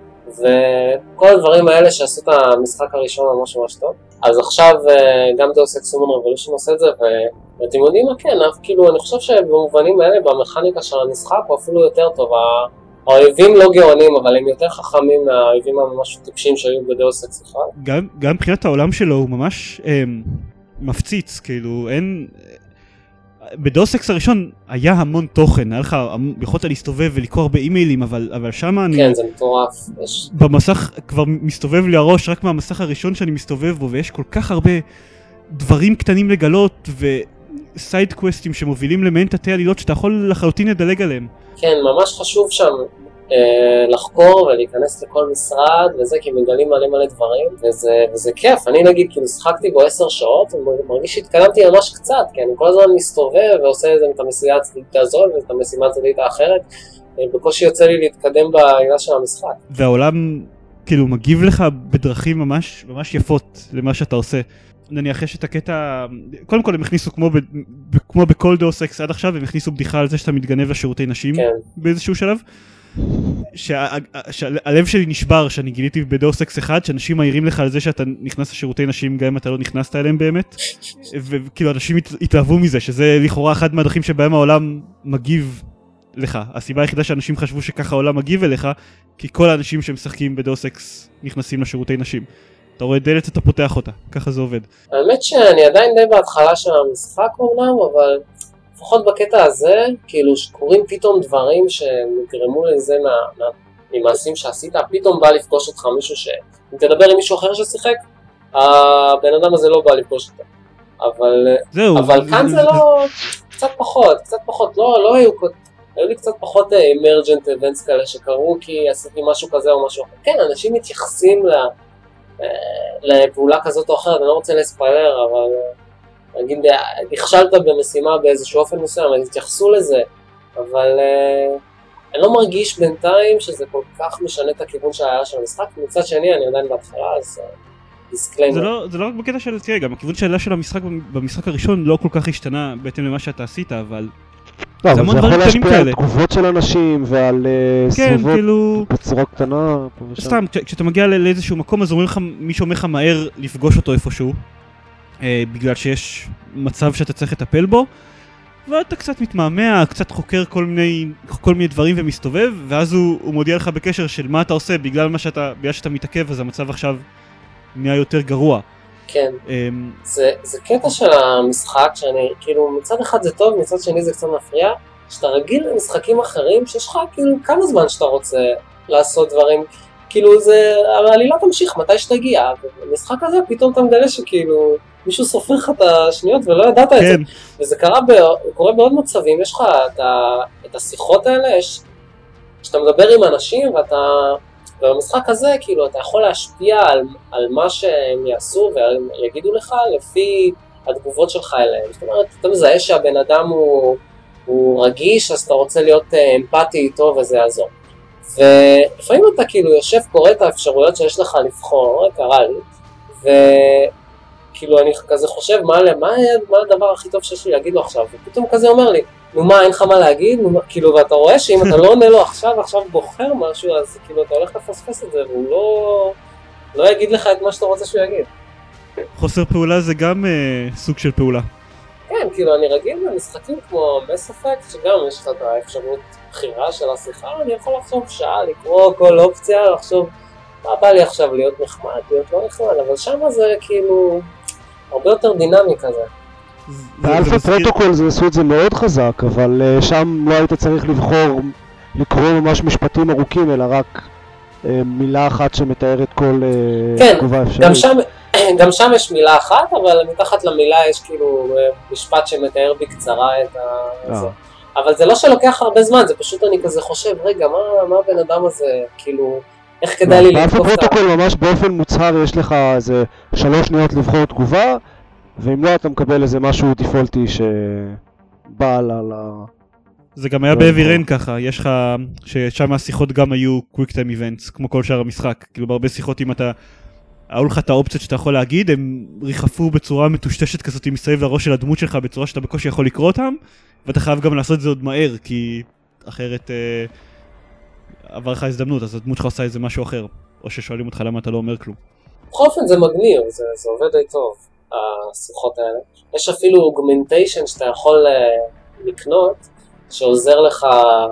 C: וכל הדברים האלה שעשו את המשחק הראשון ממש ממש טוב. אז עכשיו גם דאוס אקס Human Revolution עושה את זה ואתם יודעים מה כן, כאילו אני חושב שבמובנים האלה במכניקה של המשחק הוא אפילו יותר טוב. האויבים לא גאונים, אבל הם יותר חכמים מהאויבים הממש טיפשים שהיו בדאוס אקס אחד.
B: גם, גם מבחינת העולם שלו הוא ממש אה, מפציץ, כאילו אין... בדאוס אקס הראשון היה המון תוכן, היה לך, יכולת להסתובב ולקרוא באימיילים, אבל, אבל שמה אני...
C: כן, זה מטורף. יש...
B: במסך כבר מסתובב לי הראש רק מהמסך הראשון שאני מסתובב בו, ויש כל כך הרבה דברים קטנים לגלות, וסייד קווסטים שמובילים למעין תתי עלילות שאתה יכול לחלוטין לדלג עליהם.
C: כן, ממש חשוב שם אה, לחקור ולהיכנס לכל משרד וזה, כי מגלים מלא מלא דברים, וזה, וזה כיף. אני נגיד, כאילו, שחקתי בו עשר שעות, ומרגיש שהתקדמתי ממש קצת, כי אני כל הזמן מסתובב ועושה איזה את המשימה הצדדית הזו ואת המשימה הצדדית האחרת, בקושי יוצא לי להתקדם בעילה של המשחק.
B: והעולם, כאילו, מגיב לך בדרכים ממש, ממש יפות למה שאתה עושה. נניח יש את הקטע, קודם כל הם הכניסו כמו, ב, כמו בכל דאוס אקס עד עכשיו, הם הכניסו בדיחה על זה שאתה מתגנב לשירותי נשים כן. באיזשהו שלב. שה, שהלב שלי נשבר שאני גיליתי בדאוס אקס אחד, שאנשים מעירים לך על זה שאתה נכנס לשירותי נשים גם אם אתה לא נכנסת אליהם באמת, וכאילו אנשים התלהבו מזה, שזה לכאורה אחד מהדרכים שבהם העולם מגיב לך. הסיבה היחידה שאנשים חשבו שככה העולם מגיב אליך, כי כל האנשים שמשחקים בדאוס אקס נכנסים לשירותי נשים. אתה רואה דלת, אתה פותח אותה, ככה זה עובד.
C: האמת שאני עדיין די בהתחלה של המשחק אומנם, אבל לפחות בקטע הזה, כאילו שקורים פתאום דברים שנגרמו לזה מה, מה, ממעשים שעשית, פתאום בא לפגוש אותך מישהו ש... אם תדבר עם מישהו אחר ששיחק, הבן אדם הזה לא בא לפגוש אותך. אבל,
B: זהו,
C: אבל כאן זה לא... קצת פחות, קצת פחות, לא, לא היו... היו לי קצת פחות emergent events כאלה שקרו כי עשיתי משהו כזה או משהו אחר. כן, אנשים מתייחסים ל... לפעולה כזאת או אחרת, אני לא רוצה לספיילר, אבל נגיד, נכשלת במשימה באיזשהו אופן מסוים, אז התייחסו לזה, אבל אני לא מרגיש בינתיים שזה כל כך משנה את הכיוון שהיה של המשחק, מצד שני אני עדיין בהתחלה, אז דיסקליימר.
B: זה לא, זה לא רק בקטע של, תראה, גם הכיוון שלה של המשחק במשחק הראשון לא כל כך השתנה בהתאם למה שאתה עשית, אבל
A: לא, אבל זה יכול להשפיע על תגובות של אנשים ועל סביבות כאילו... בצורה קטנה.
B: סתם, כש, כשאתה מגיע לאיזשהו מקום אז אומרים לך, מישהו אומר לך מהר לפגוש אותו איפשהו, אה, בגלל שיש מצב שאתה צריך לטפל בו, ואתה קצת מתמהמה, קצת חוקר כל מיני, כל מיני דברים ומסתובב, ואז הוא, הוא מודיע לך בקשר של מה אתה עושה, בגלל מה שאתה, בגלל שאתה מתעכב, אז המצב עכשיו נהיה יותר גרוע.
C: כן, זה, זה קטע של המשחק שאני, כאילו מצד אחד זה טוב, מצד שני זה קצת מפריע, שאתה רגיל למשחקים אחרים שיש לך כאילו כמה זמן שאתה רוצה לעשות דברים, כאילו זה, העלילה תמשיך מתי שתגיע, במשחק הזה פתאום אתה מגלה שכאילו מישהו סופר לך את השניות ולא ידעת כן. את זה, וזה קרה, ב, קורה בעוד מצבים, יש לך את, ה, את השיחות האלה, יש, שאתה מדבר עם אנשים ואתה... ובמשחק הזה, כאילו, אתה יכול להשפיע על, על מה שהם יעשו ויגידו לך לפי התגובות שלך אליהם. זאת אומרת, אתה מזהה שהבן אדם הוא, הוא רגיש, אז אתה רוצה להיות אמפתי איתו וזה יעזור. ולפעמים אתה כאילו יושב, קורא את האפשרויות שיש לך לבחור, קרה לי, וכאילו אני כזה חושב, מה, מה, מה הדבר הכי טוב שיש לי להגיד לו עכשיו? ופתאום כזה אומר לי, נו מה, אין לך מה להגיד? כאילו, ואתה רואה שאם אתה לא עונה לו עכשיו, עכשיו בוחר משהו, אז כאילו אתה הולך לפספס את זה, והוא לא, לא יגיד לך את מה שאתה רוצה שהוא יגיד.
B: חוסר פעולה זה גם אה, סוג של פעולה.
C: כן, כאילו, אני רגיל במשחקים כמו Mass Effect, שגם יש לך את האפשרות בחירה של השיחה, אני יכול לחשוב שעה, לקרוא כל אופציה, לחשוב, מה בא לי עכשיו להיות נחמד, להיות לא נחמד, אבל שם זה כאילו הרבה יותר דינמי כזה.
A: באלפא פרוטוקול זה עשו את זה מאוד חזק, אבל שם לא היית צריך לבחור לקרוא ממש משפטים ארוכים, אלא רק מילה אחת שמתארת כל תגובה אפשרית.
C: כן, גם שם יש מילה אחת, אבל מתחת למילה יש כאילו משפט שמתאר בקצרה את זה. אבל זה לא שלוקח הרבה זמן, זה פשוט אני כזה חושב, רגע, מה הבן אדם הזה, כאילו, איך כדאי לי לתקוף את ה...
A: באלפא פרוטוקול ממש באופן מוצהר יש לך איזה שלוש שניות לבחור תגובה, ואם לא אתה מקבל איזה משהו דיפולטי שבא על ה...
B: זה גם היה ב-Heavy Rain ככה, יש לך, ששם השיחות גם היו Quick Time Events, כמו כל שאר המשחק, כאילו בהרבה שיחות אם אתה, היו לך את האופציות שאתה יכול להגיד, הם ריחפו בצורה מטושטשת כזאת מסביב לראש של הדמות שלך, בצורה שאתה בקושי יכול לקרוא אותם, ואתה חייב גם לעשות את זה עוד מהר, כי אחרת אה, עבר לך הזדמנות, אז הדמות שלך עושה איזה משהו אחר, או ששואלים אותך למה אתה לא אומר כלום.
C: בכל אופן זה מגניב, זה, זה עובד די טוב. השיחות האלה. יש אפילו אוגמנטיישן שאתה יכול uh, לקנות, שעוזר לך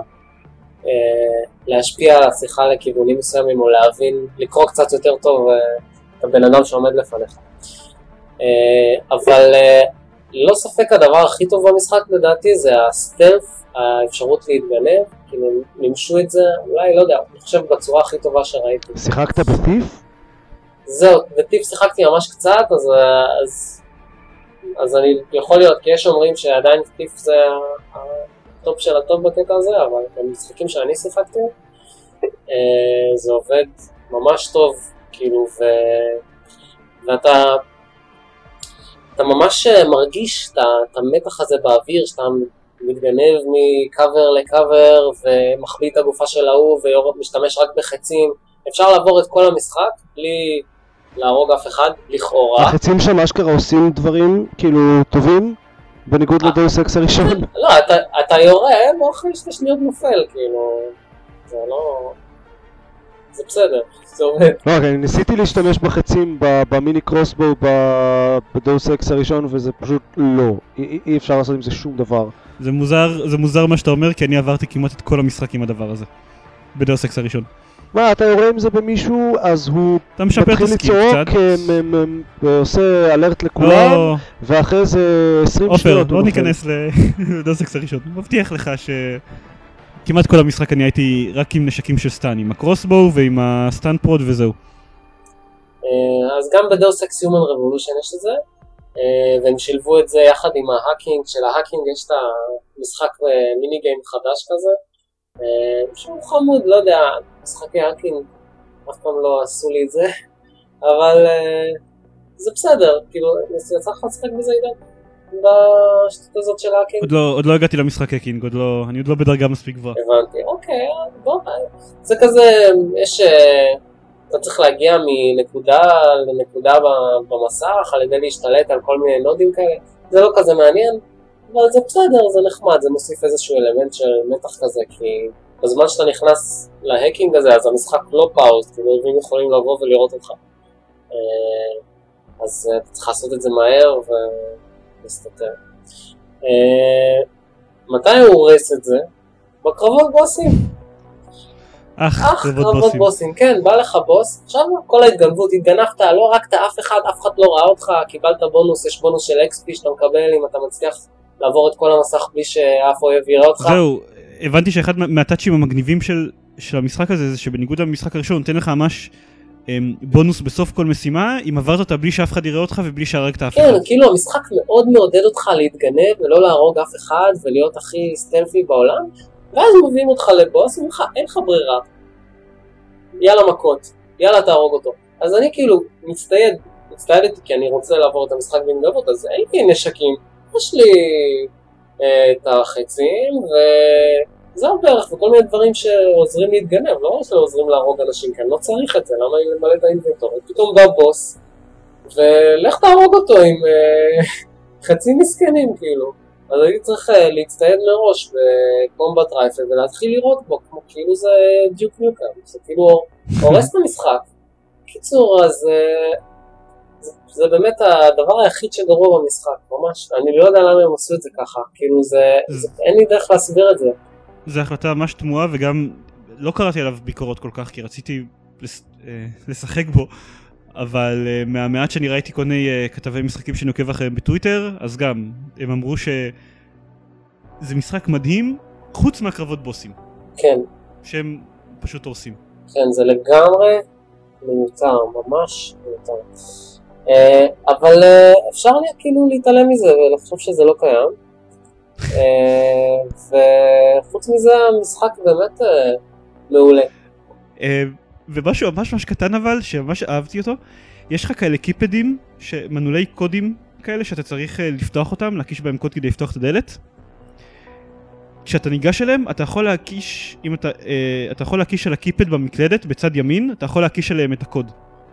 C: uh, להשפיע על השיחה לכיוונים מסוימים, או להבין, לקרוא קצת יותר טוב uh, את הבן אדם שעומד לפניך. Uh, אבל uh, לא ספק הדבר הכי טוב במשחק לדעתי זה הסטלף, האפשרות להתגנב, כאילו נמשו את זה, אולי לא יודע, אני חושב בצורה הכי טובה שראיתי.
A: שיחקת בטיף?
C: זהו, בטיפ שיחקתי ממש קצת, אז, אז, אז אני יכול להיות, כי יש אומרים שעדיין טיפ זה הטופ של הטופ בקטע הזה, אבל במשחקים שאני שיחקתי, זה עובד ממש טוב, כאילו, ו, ואתה אתה ממש מרגיש את, את המתח הזה באוויר, שאתה מתגנב מקאבר לקאבר, ומחביא את הגופה של ההוא, ומשתמש רק בחצים, אפשר לעבור את כל המשחק בלי להרוג אף אחד, לכאורה.
A: החצים שם אשכרה עושים דברים כאילו טובים, בניגוד לדאוס אקס הראשון.
C: לא, אתה, אתה יורה, ואחרי שתי שניות נופל, כאילו, זה לא... זה בסדר, זה עובד.
A: לא, אני ניסיתי להשתמש בחצים במיני קרוסבו בדאוס אקס הראשון, וזה פשוט לא. אי, אי אפשר לעשות עם זה שום דבר.
B: זה מוזר, זה מוזר מה שאתה אומר, כי אני עברתי כמעט את כל המשחק עם הדבר הזה. בדאוס אקס הראשון.
A: מה, אתה יורה עם זה במישהו, אז הוא מתחיל לצעוק, ועושה אלרט לכולם, ואחרי זה עשרים שניות.
B: אופר, לא ניכנס לדוס אקס הראשון. מבטיח לך שכמעט כל המשחק אני הייתי רק עם נשקים של סטן, עם הקרוסבו ועם הסטן פרוד וזהו.
C: אז גם בדוס אקס Human Revolution יש את זה, והם שילבו את זה יחד עם ההאקינג. של ההאקינג יש את המשחק מיני גיים חדש כזה, שהוא חמוד, לא יודע, משחקי האקינג אף פעם לא עשו לי את זה, אבל זה בסדר, כאילו, יצא לך לשחק בזה עידן? בשטות הזאת של האקינג?
B: עוד לא הגעתי למשחק האקינג, אני עוד לא בדרגה מספיק גבוהה.
C: הבנתי, אוקיי, בוא, זה כזה, יש, אתה צריך להגיע מנקודה לנקודה במסך, על ידי להשתלט על כל מיני נודים כאלה, זה לא כזה מעניין, אבל זה בסדר, זה נחמד, זה מוסיף איזשהו אלמנט של מתח כזה, כי בזמן שאתה נכנס להקינג הזה, אז המשחק לא פאוז, כי אויבים יכולים לבוא ולראות אותך. אז אתה צריך לעשות את זה מהר ולהסתתר. מתי הוא הורס את זה? בקרבות בוסים.
B: אך,
C: קרבות בוסים, כן, בא לך בוס, עכשיו כל ההתגנבות, התגנבת, לא הרגת אף אחד, אף אחד לא ראה אותך, קיבלת בונוס, יש בונוס של אקס פי שאתה מקבל אם אתה מצליח לעבור את כל המסך בלי שאף אוהב יראה אותך.
B: זהו, הבנתי שאחד מהטאצ'ים המגניבים של, של המשחק הזה, זה שבניגוד למשחק הראשון, נותן לך ממש אמ, בונוס בסוף כל משימה, אם עברת אותה בלי שאף אחד יראה אותך ובלי שהרגת אף אחד.
C: כן, כאילו המשחק מאוד מעודד אותך להתגנב ולא להרוג אף אחד ולהיות הכי סטלפי בעולם, ואז מביאים אותך לבוס, ואומרים, אין לך ברירה. יאללה מכות, יאללה תהרוג אותו. אז אני כאילו מצטייד, מצטיידתי כי אני רוצה לעבור את המשחק בנגבות, אז אין לי נשקים, יש לי אה, את החצים, וזהו בערך, וכל מיני דברים שעוזרים להתגנב, לא שעוזרים להרוג אנשים כאן, לא צריך את זה, למה אני למלא את האינבנטור? פתאום בא בוס, ולך תהרוג אותו עם אה, חצים מסכנים כאילו. אז הייתי צריך uh, להצטייד מראש בקומבט רייפל ולהתחיל לראות בו, כמו כאילו זה דיוק ניוקם, זה כאילו הורס את המשחק. קיצור, אז uh, זה, זה באמת הדבר היחיד שגרוע במשחק, ממש. אני לא יודע למה הם עשו את זה ככה, כאילו זה, זה אין לי דרך להסביר את זה.
B: זו החלטה ממש תמוהה, וגם לא קראתי עליו ביקורות כל כך, כי רציתי לס, uh, לשחק בו. אבל uh, מהמעט שאני ראיתי כל מיני uh, כתבי משחקים שאני עוקב אחריהם בטוויטר, אז גם, הם אמרו שזה משחק מדהים, חוץ מהקרבות בוסים.
C: כן.
B: שהם פשוט הורסים.
C: כן, זה לגמרי מיותר, ממש מיותר. Uh, אבל uh, אפשר לי כאילו להתעלם מזה ולחשוב שזה לא קיים. uh, וחוץ מזה המשחק באמת uh, מעולה.
B: Uh, ומשהו ממש ממש קטן אבל, שממש אהבתי אותו, יש לך כאלה קיפדים, מנעולי קודים כאלה שאתה צריך לפתוח אותם, להקיש בהם קוד כדי לפתוח את הדלת. כשאתה ניגש אליהם, אתה יכול להקיש, אם אתה, אה, אתה יכול להקיש על הקיפד במקלדת בצד ימין, אתה יכול להקיש עליהם את הקוד.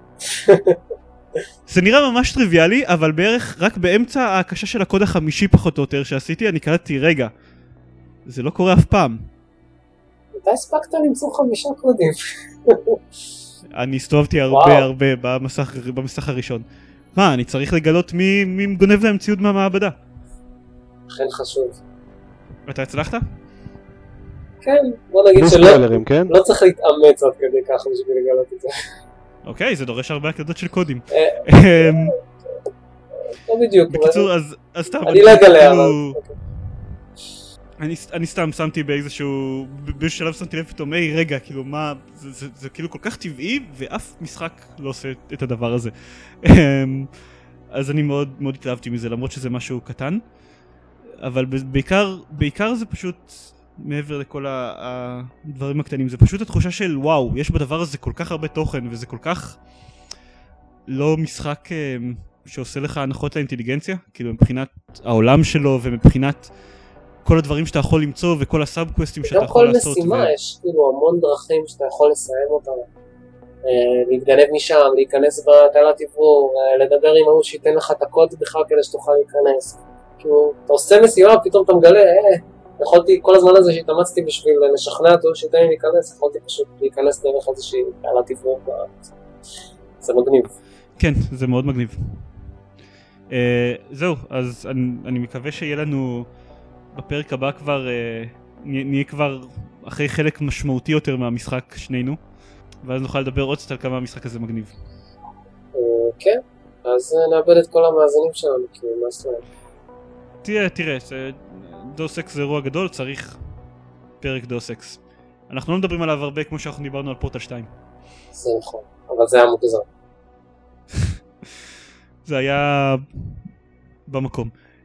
B: זה נראה ממש טריוויאלי, אבל בערך רק באמצע ההקשה של הקוד החמישי פחות או יותר שעשיתי, אני קלטתי, רגע, זה לא קורה אף פעם.
C: מתי הספקת למצוא חמישה קודים?
B: אני הסתובבתי הרבה הרבה במסך, במסך הראשון. מה, אני צריך לגלות מי, מי גונב להם ציוד מהמעבדה.
C: אכן חשוב.
B: אתה הצלחת?
C: כן, בוא נגיד שלא כן? לא צריך להתאמץ עד כדי ככה בשביל לגלות את זה.
B: אוקיי, זה דורש הרבה הקלדות של קודים.
C: לא בדיוק.
B: בקיצור, אז, אז סתם.
C: אני לא אגלה, אבל...
B: אני, אני סתם שמתי באיזשהו, באיזשהו שלב שמתי לב פתאום, היי רגע, כאילו מה, זה, זה, זה כאילו כל כך טבעי, ואף משחק לא עושה את הדבר הזה. אז אני מאוד מאוד התלהבתי מזה, למרות שזה משהו קטן, אבל בעיקר, בעיקר זה פשוט, מעבר לכל הדברים הקטנים, זה פשוט התחושה של וואו, יש בדבר הזה כל כך הרבה תוכן, וזה כל כך לא משחק שעושה לך הנחות לאינטליגנציה, כאילו מבחינת העולם שלו ומבחינת כל הדברים שאתה יכול למצוא וכל הסאב-קווסטים שאתה יכול לעשות.
C: גם כל משימה ו... יש כאילו המון דרכים שאתה יכול לסיים אותם. להתגנב משם, להיכנס בתעלת עברור, לדבר עם ההוא שייתן לך את הקוד בכלל כדי שתוכל להיכנס. כאילו, אתה עושה משימה, פתאום אתה מגלה, אה, יכולתי כל הזמן הזה שהתאמצתי בשביל לשכנע אותו שייתן לי להיכנס, יכולתי פשוט להיכנס דרך איזושהי תעלת עברור. זה מגניב.
B: כן, זה מאוד מגניב. Uh, זהו, אז אני, אני מקווה שיהיה לנו בפרק הבא כבר, uh, נהיה כבר אחרי חלק משמעותי יותר מהמשחק שנינו. ואז נוכל לדבר עוד קצת על כמה המשחק הזה מגניב.
C: כן, אז נאבד את כל המאזינים שלנו, כי מה זאת אומרת?
B: תראה, תראה, דאוס אקס זה אירוע גדול, צריך פרק דאוס אקס. אנחנו לא מדברים עליו הרבה כמו שאנחנו דיברנו על פורטל שתיים.
C: זה נכון, אבל זה היה מוגזם.
B: זה היה במקום.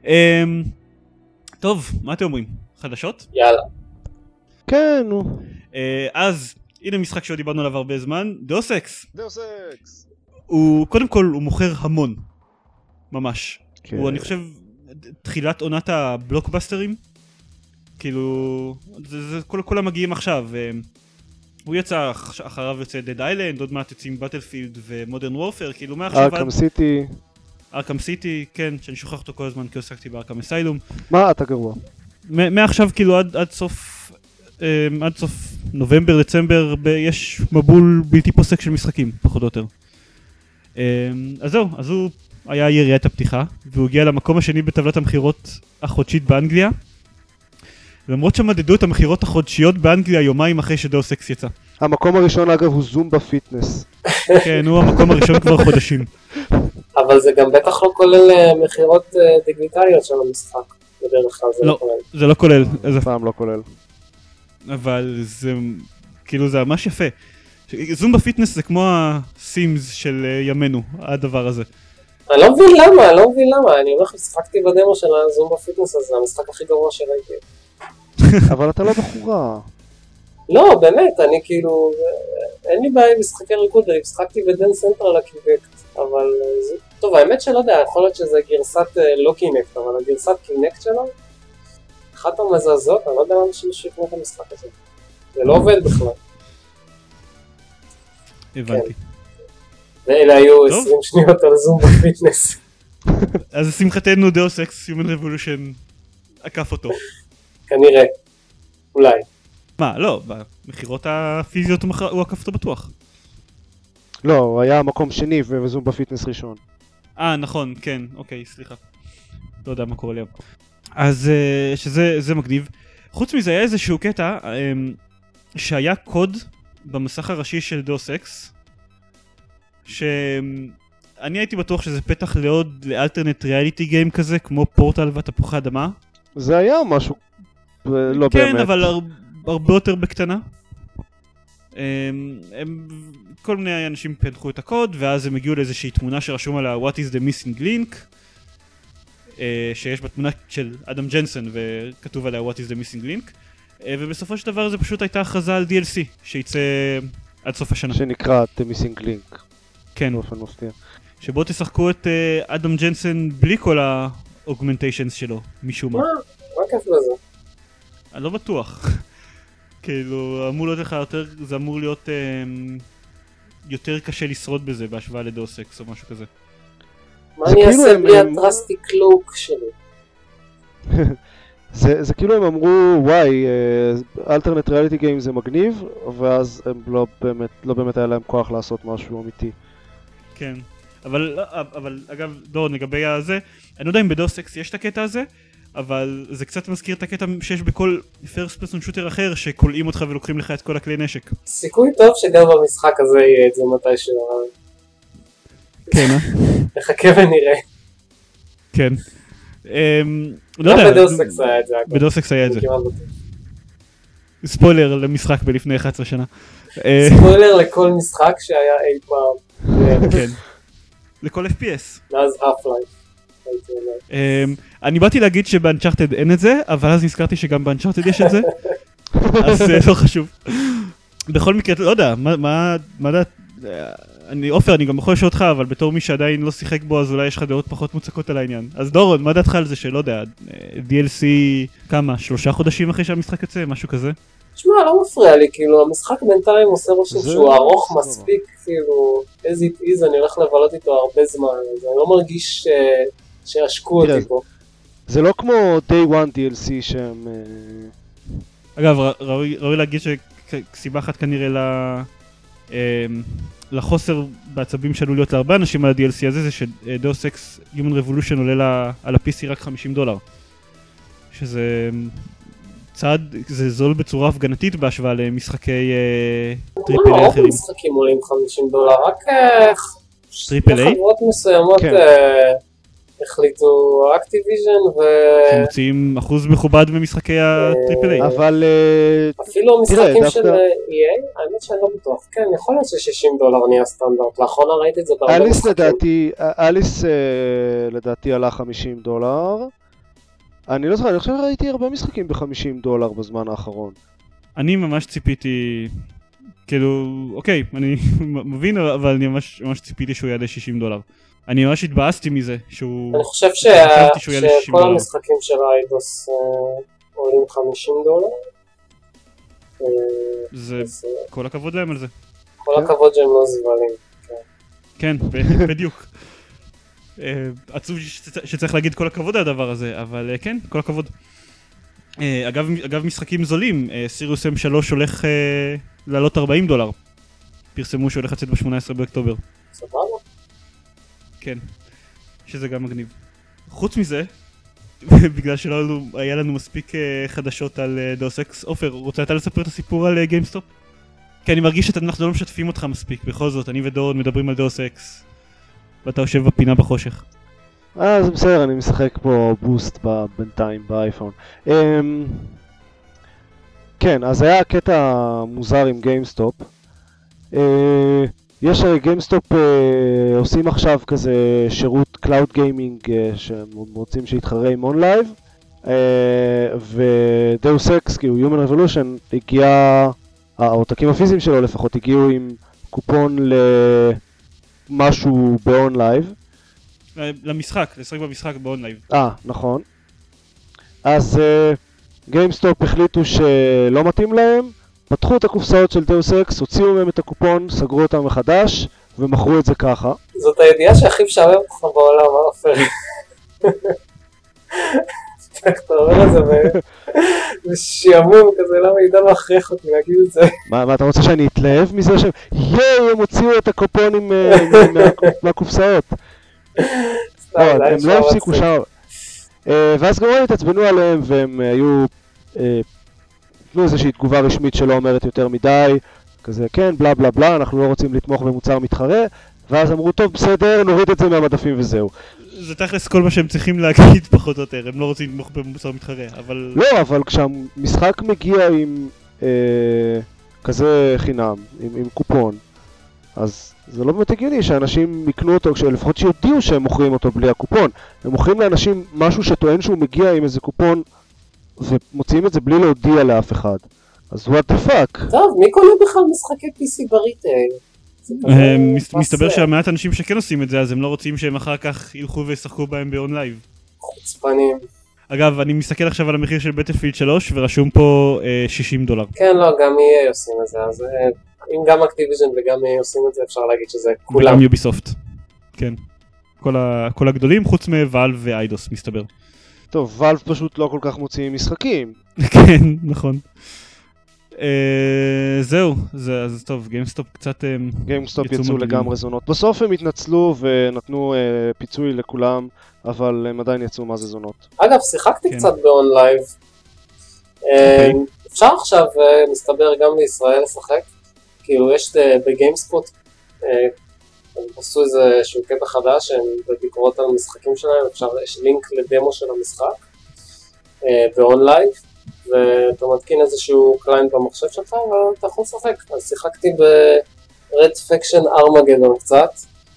B: טוב, מה אתם אומרים? חדשות?
C: יאללה.
A: כן, נו.
B: אז, הנה משחק שעוד דיברנו עליו הרבה זמן, דאוס אקס.
A: דאוס אקס.
B: הוא, קודם כל, הוא מוכר המון. ממש.
A: כן.
B: הוא, אני חושב, תחילת עונת הבלוקבאסטרים. כאילו, זה, זה כל, כל המגיעים עכשיו. הוא יצא, אחריו יוצא דד איילנד, עוד מעט יוצאים בטלפילד ומודרן וורפר, כאילו מעכשיו...
A: ארקם סיטי.
B: ארקם סיטי, כן, שאני שוכח אותו כל הזמן כי עוסקתי בארקם אסיילום.
A: מה אתה גרוע?
B: מעכשיו כאילו עד, עד סוף, עד סוף נובמבר, דצמבר, ב- יש מבול בלתי פוסק של משחקים, פחות או יותר. אז זהו, אז הוא היה יריית הפתיחה, והוא הגיע למקום השני בטבלת המחירות החודשית באנגליה. למרות שמדדו את המחירות החודשיות באנגליה יומיים אחרי שדאוס אקס יצא.
A: המקום הראשון אגב הוא זומבה פיטנס.
B: כן, הוא המקום הראשון כבר חודשים.
C: אבל זה גם בטח לא כולל מחירות דיגיטליות של המשחק. בדרך כלל זה לא כולל.
B: זה לא כולל.
A: איזה פעם לא כולל.
B: אבל זה, כאילו זה ממש יפה. זומבה פיטנס זה כמו הסימס של ימינו, הדבר הזה.
C: אני לא מבין למה, אני לא מבין למה. אני אומר לך, שחקתי בדמו של הזומבה פיטנס הזה, המשחק הכי גרוע שראיתי.
A: אבל אתה לא בחורה.
C: לא, באמת, אני כאילו, אין לי בעיה עם משחקי ריקוד, אני משחקתי בדן סנטרל הקיבקט, אבל, טוב, האמת שלא יודע, יכול להיות שזה גרסת לא קינקט, אבל הגרסת קינקט שלו, אחת המזעזעות, אני לא יודע למה שמישהו יקנה את המשחק הזה. זה לא עובד בכלל.
B: הבנתי.
C: ואלה היו עשרים שניות על זום בפיטנס.
B: אז שמחתנו דאוס אקס Human Revolution עקף אותו.
C: כנראה, אולי.
B: מה, לא, במחירות הפיזיות הוא עקף אותו בטוח.
A: לא, הוא היה מקום שני וזום בפיטנס ראשון.
B: אה, נכון, כן, אוקיי, סליחה. לא יודע מה קורה לי. אז שזה זה מגניב. חוץ מזה היה איזשהו קטע שהיה קוד במסך הראשי של דאוס אקס, שאני הייתי בטוח שזה פתח לעוד לאלטרנט ריאליטי גיים כזה, כמו פורטל והתפוחי אדמה.
A: זה היה משהו לא
B: כן,
A: באמת.
B: כן, אבל הר... הרבה יותר בקטנה. הם, הם, כל מיני אנשים פתחו את הקוד, ואז הם הגיעו לאיזושהי תמונה שרשום עליה What is the missing link, שיש בתמונה של אדם ג'נסון וכתוב עליה What is the missing link, ובסופו של דבר זה פשוט הייתה הכרזה על די אל סי שיצא עד סוף השנה.
A: שנקרא The Missing Link.
B: כן.
A: באופן מפתיע.
B: שבו תשחקו את אדם ג'נסון בלי כל האוגמנטיישנס שלו, משום מה.
C: מה? מה כיף בזה?
B: אני לא בטוח. כאילו, אמור להיות לך יותר, זה אמור להיות יותר קשה לשרוד בזה בהשוואה לדאוס אקס או משהו כזה.
C: מה אני אעשה בלי הטרסטי קלוק שלי?
A: זה, זה כאילו הם אמרו, וואי, אלטרנט ריאליטי גיים זה מגניב, ואז הם לא באמת, לא באמת היה להם כוח לעשות משהו אמיתי.
B: כן, אבל, אבל אגב, דורון, לגבי הזה, אני לא יודע אם בדאוס אקס יש את הקטע הזה, אבל זה קצת מזכיר את הקטע שיש בכל first person shooter אחר, שקולעים אותך ולוקחים לך את כל הכלי נשק.
C: סיכוי טוב שגם במשחק הזה יהיה את זה מתישהו.
B: כן, אה?
C: נחכה ונראה.
B: כן. לא יודע.
C: בדאוס אקס היה את זה.
B: בדאוס אקס היה את זה. ספוילר למשחק בלפני אחת עשרה שנה.
C: ספוילר לכל משחק שהיה אי פעם.
B: כן. לכל אף פי אס.
C: מאז Half-Life.
B: אני באתי להגיד שבאנצ'ארטד אין את זה, אבל אז נזכרתי שגם באנצ'ארטד יש את זה. אז זה לא חשוב. בכל מקרה, לא יודע, מה דעת... אני, אופר, אני גם יכול לשאול אותך, אבל בתור מי שעדיין לא שיחק בו, אז אולי יש לך דעות פחות מוצקות על העניין. אז דורון, מה דעתך על זה שלא יודע, די אל סי כמה, שלושה חודשים אחרי שהמשחק יוצא, משהו כזה?
C: תשמע, לא מפריע לי, כאילו, המשחק בינתיים עושה רושם שהוא ארוך מספיק, כאילו, as it is, אני הולך לבלות איתו הרבה זמן, אז אני לא מרגיש שישקו אותי פה.
A: זה לא כמו day one די אל סי שהם...
B: אגב, ראוי להגיד שסיבה אחת כנראה ל... לחוסר בעצבים שעלול להיות להרבה אנשים על ה-די אל סי הזה, זה שדאוס אקס Human Revolution עולה על ה-פי סי רק חמישים דולר. שזה צעד, זה זול בצורה הפגנתית בהשוואה למשחקי טריפל איי
C: רוב
B: אחרים.
C: המשחקים עולים חמישים דולר, רק
B: טריפל איי?
C: חברות מסוימות החליטו, אקטיביז'ן ו...
B: שמוצאים אחוז מכובד במשחקי הטריפל איי.
A: אבל...
C: אפילו המשחקים של איי איי, האמת שאני לא בטוח, כן, יכול להיות ש-שישים דולר נהיה סטנדרט, לאחרונה ראיתי את זה בהרבה
A: אליס
C: משחקים.
A: לדעתי, אליס לדעתי עלה חמישים דולר. אני לא זוכר, אני חושב ראיתי הרבה משחקים ב-חמישים דולר בזמן האחרון.
B: אני ממש ציפיתי, כאילו, אוקיי, אני מבין, אבל אני ממש, ממש ציפיתי שהוא יעלה שישים דולר. אני ממש התבאסתי מזה שהוא...
C: אני חושב שכל המשחקים של איידוס עולים חמישים דולר.
B: זה, כל הכבוד להם על זה.
C: כל הכבוד שהם לא זבלים.
B: כן, בדיוק. עצוב שצריך להגיד כל הכבוד על הדבר הזה, אבל כן, כל הכבוד. אגב, אגב משחקים זולים, סיריוס אם שלוש הולך לעלות ארבעים דולר. פרסמו שהולך לצאת ב-שמונה עשרה באוקטובר.
C: סבבה.
B: כן, שזה גם מגניב. חוץ מזה, בגלל שלא היה לנו מספיק חדשות על דאוס אקס, אופר, רוצה אתה לספר את הסיפור על גיימסטופ? כי אני מרגיש שאנחנו לא משתפים אותך מספיק, בכל זאת, אני ודורון מדברים על דאוס אקס. ואתה יושב בפינה בחושך.
A: אה, זה בסדר, אני משחק פה בוסט בינתיים באייפון. כן, אז היה קטע מוזר עם גיימסטופ. יש הרי גיימסטופ עושים עכשיו כזה שירות קלאוד גיימינג שהם רוצים שיתחרה עם אונלייב. ודאוס אקס, כאילו Human Revolution, הגיע, העותקים הפיזיים שלו לפחות הגיעו עם קופון ל... משהו באונלייב.
B: למשחק, לשחק במשחק באונלייב.
A: אה, נכון. אז גיימסטופ uh, החליטו שלא מתאים להם, פתחו את הקופסאות של דאוס אקס, הוציאו מהם את הקופון, סגרו אותם מחדש, ומכרו את זה ככה. זאת
C: הידיעה שהכי משעמם אותך בעולם, מה עופר? אתה אומר את זה בשעמום כזה, למה עידן מכריח אותי להגיד את זה?
A: מה, אתה רוצה שאני אתלהב מזה שהם, ייי, הם הוציאו את הקופונים מהקופסאות? הם לא הפסיקו שם. ואז גם התעצבנו עליהם, והם היו, נתנו איזושהי תגובה רשמית שלא אומרת יותר מדי, כזה, כן, בלה בלה בלה, אנחנו לא רוצים לתמוך במוצר מתחרה, ואז אמרו, טוב, בסדר, נוריד את זה מהמדפים וזהו.
B: זה תכלס כל מה שהם צריכים להגיד פחות או יותר, הם לא רוצים לתמוך במוצר מתחרה, אבל...
A: לא, אבל כשהמשחק מגיע עם אה, כזה חינם, עם, עם קופון, אז זה לא באמת הגיוני שאנשים יקנו אותו, לפחות שיודיעו שהם מוכרים אותו בלי הקופון. הם מוכרים לאנשים משהו שטוען שהוא מגיע עם איזה קופון, ומוציאים את זה בלי להודיע לאף אחד. אז what the fuck?
C: טוב, מי קונה בכלל משחקי פי סי בריטייל?
B: מסתבר שהמעט אנשים שכן עושים את זה, אז הם לא רוצים שהם אחר כך ילכו וישחקו בהם באונלייב.
C: חוצפנים.
B: אגב, אני מסתכל עכשיו על המחיר של בטלפילד שלוש, ורשום פה שישים דולר.
C: כן, לא, גם אי איי עושים את זה, אז אם גם אקטיביז'ן וגם אי איי עושים את זה, אפשר להגיד שזה כולם.
B: וגם יוביסופט, כן. כל הגדולים, חוץ מוואלב ואיידוס, מסתבר.
A: טוב, וואלב פשוט לא כל כך מוציאים משחקים.
B: כן, נכון. זהו, אז טוב, גיימסטופ קצת
A: גיימסטופ יצאו לגמרי זונות. בסוף הם התנצלו ונתנו פיצוי לכולם, אבל הם עדיין יצאו מה זה זונות.
C: אגב, שיחקתי קצת באונלייב. אפשר עכשיו, מסתבר, גם לישראל לשחק. כאילו, יש בגיימספוט, עשו איזשהו קטע חדש, הם בביקורות על המשחקים שלהם, אפשר, יש לינק לדמו של המשחק באונלייב. ואתה מתקין איזשהו קליינט במחשב שלך ואתה יכול לשחק. אז שיחקתי ב-Red Faction Armageddon קצת,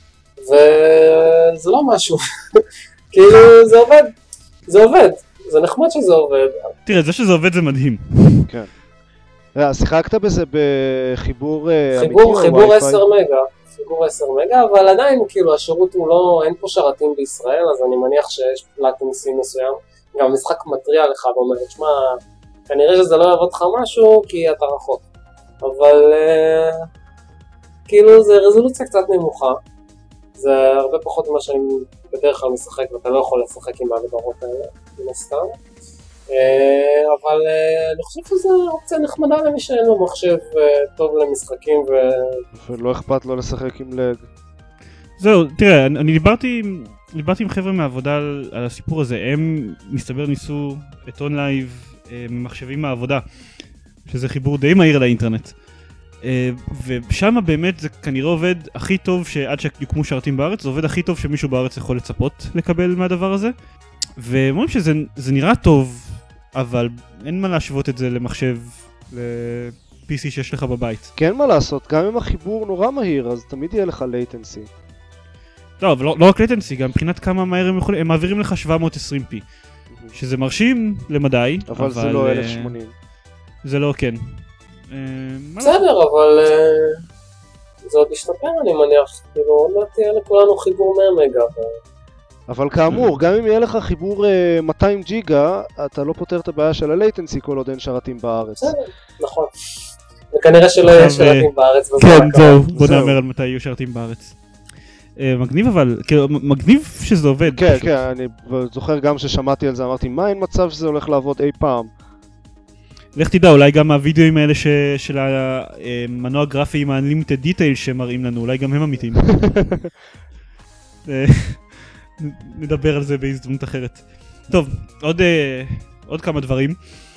C: וזה לא משהו. כאילו זה עובד, זה עובד, זה נחמד שזה עובד.
B: תראה, זה שזה עובד זה מדהים.
A: כן. שיחקת בזה בחיבור
C: חיבור, חיבור עשר מגה, חיבור עשר מגה, אבל עדיין כאילו השירות הוא לא, אין פה שרתים בישראל, אז אני מניח שיש latency מסוים. גם המשחק מטריע לך ואומרת, שמה, כנראה שזה לא יעבוד לך משהו כי אתה רחוק. אבל uh, כאילו זה רזולוציה קצת נמוכה. זה הרבה פחות ממה שאני בדרך כלל משחק ואתה לא יכול לשחק עם ההגדרות האלה, מן הסתם. Uh, אבל uh, אני חושב שזו אופציה נחמדה למי שאין לו מחשב uh, טוב למשחקים ו...
A: ולא אכפת לו לשחק עם לג.
B: זהו, תראה, אני דיברתי... דיברתי עם חבר'ה מהעבודה על, על הסיפור הזה, הם מסתבר ניסו את אונלייב ממחשבים מהעבודה, שזה חיבור די מהיר לאינטרנט. ושם באמת זה כנראה עובד הכי טוב שעד שיוקמו שרתים בארץ, זה עובד הכי טוב שמישהו בארץ יכול לצפות לקבל מהדבר הזה. ואומרים שזה זה נראה טוב, אבל אין מה להשוות את זה למחשב, ל-פי סי שיש לך בבית.
A: כן, מה לעשות, גם אם החיבור נורא מהיר, אז תמיד יהיה לך latency.
B: לא, אבל לא, לא רק latency, גם מבחינת כמה מהר הם יכולים, הם מעבירים לך שבע מאות עשרים פי, שזה מרשים למדי,
A: אבל,
B: אבל
A: זה לא אלף ושמונים.
B: זה לא, כן.
C: בסדר, אבל זה עוד ישתפר, אני מניח, כאילו, עוד מעט תהיה לכולנו חיבור מאה מגה.
A: אבל כאמור, גם אם יהיה לך חיבור מאתיים ג'יגה, אתה לא פותר את הבעיה של הלייטנסי כל עוד אין שרתים בארץ.
C: בסדר, נכון. וכנראה שלא יהיה שרתים בארץ.
B: כן, זהו, בוא נאמר על מתי יהיו שרתים בארץ. מגניב אבל, כאילו, מגניב שזה עובד.
A: כן, כן, אני זוכר גם ששמעתי על זה, אמרתי, מה אין מצב שזה הולך לעבוד אי פעם?
B: לך תדע, אולי גם הווידאוים האלה של המנוע גרפי עם ה-Unlimited Detail שמראים לנו, אולי גם הם אמיתיים. נדבר על זה בהזדמנות אחרת. טוב, עוד, עוד כמה דברים.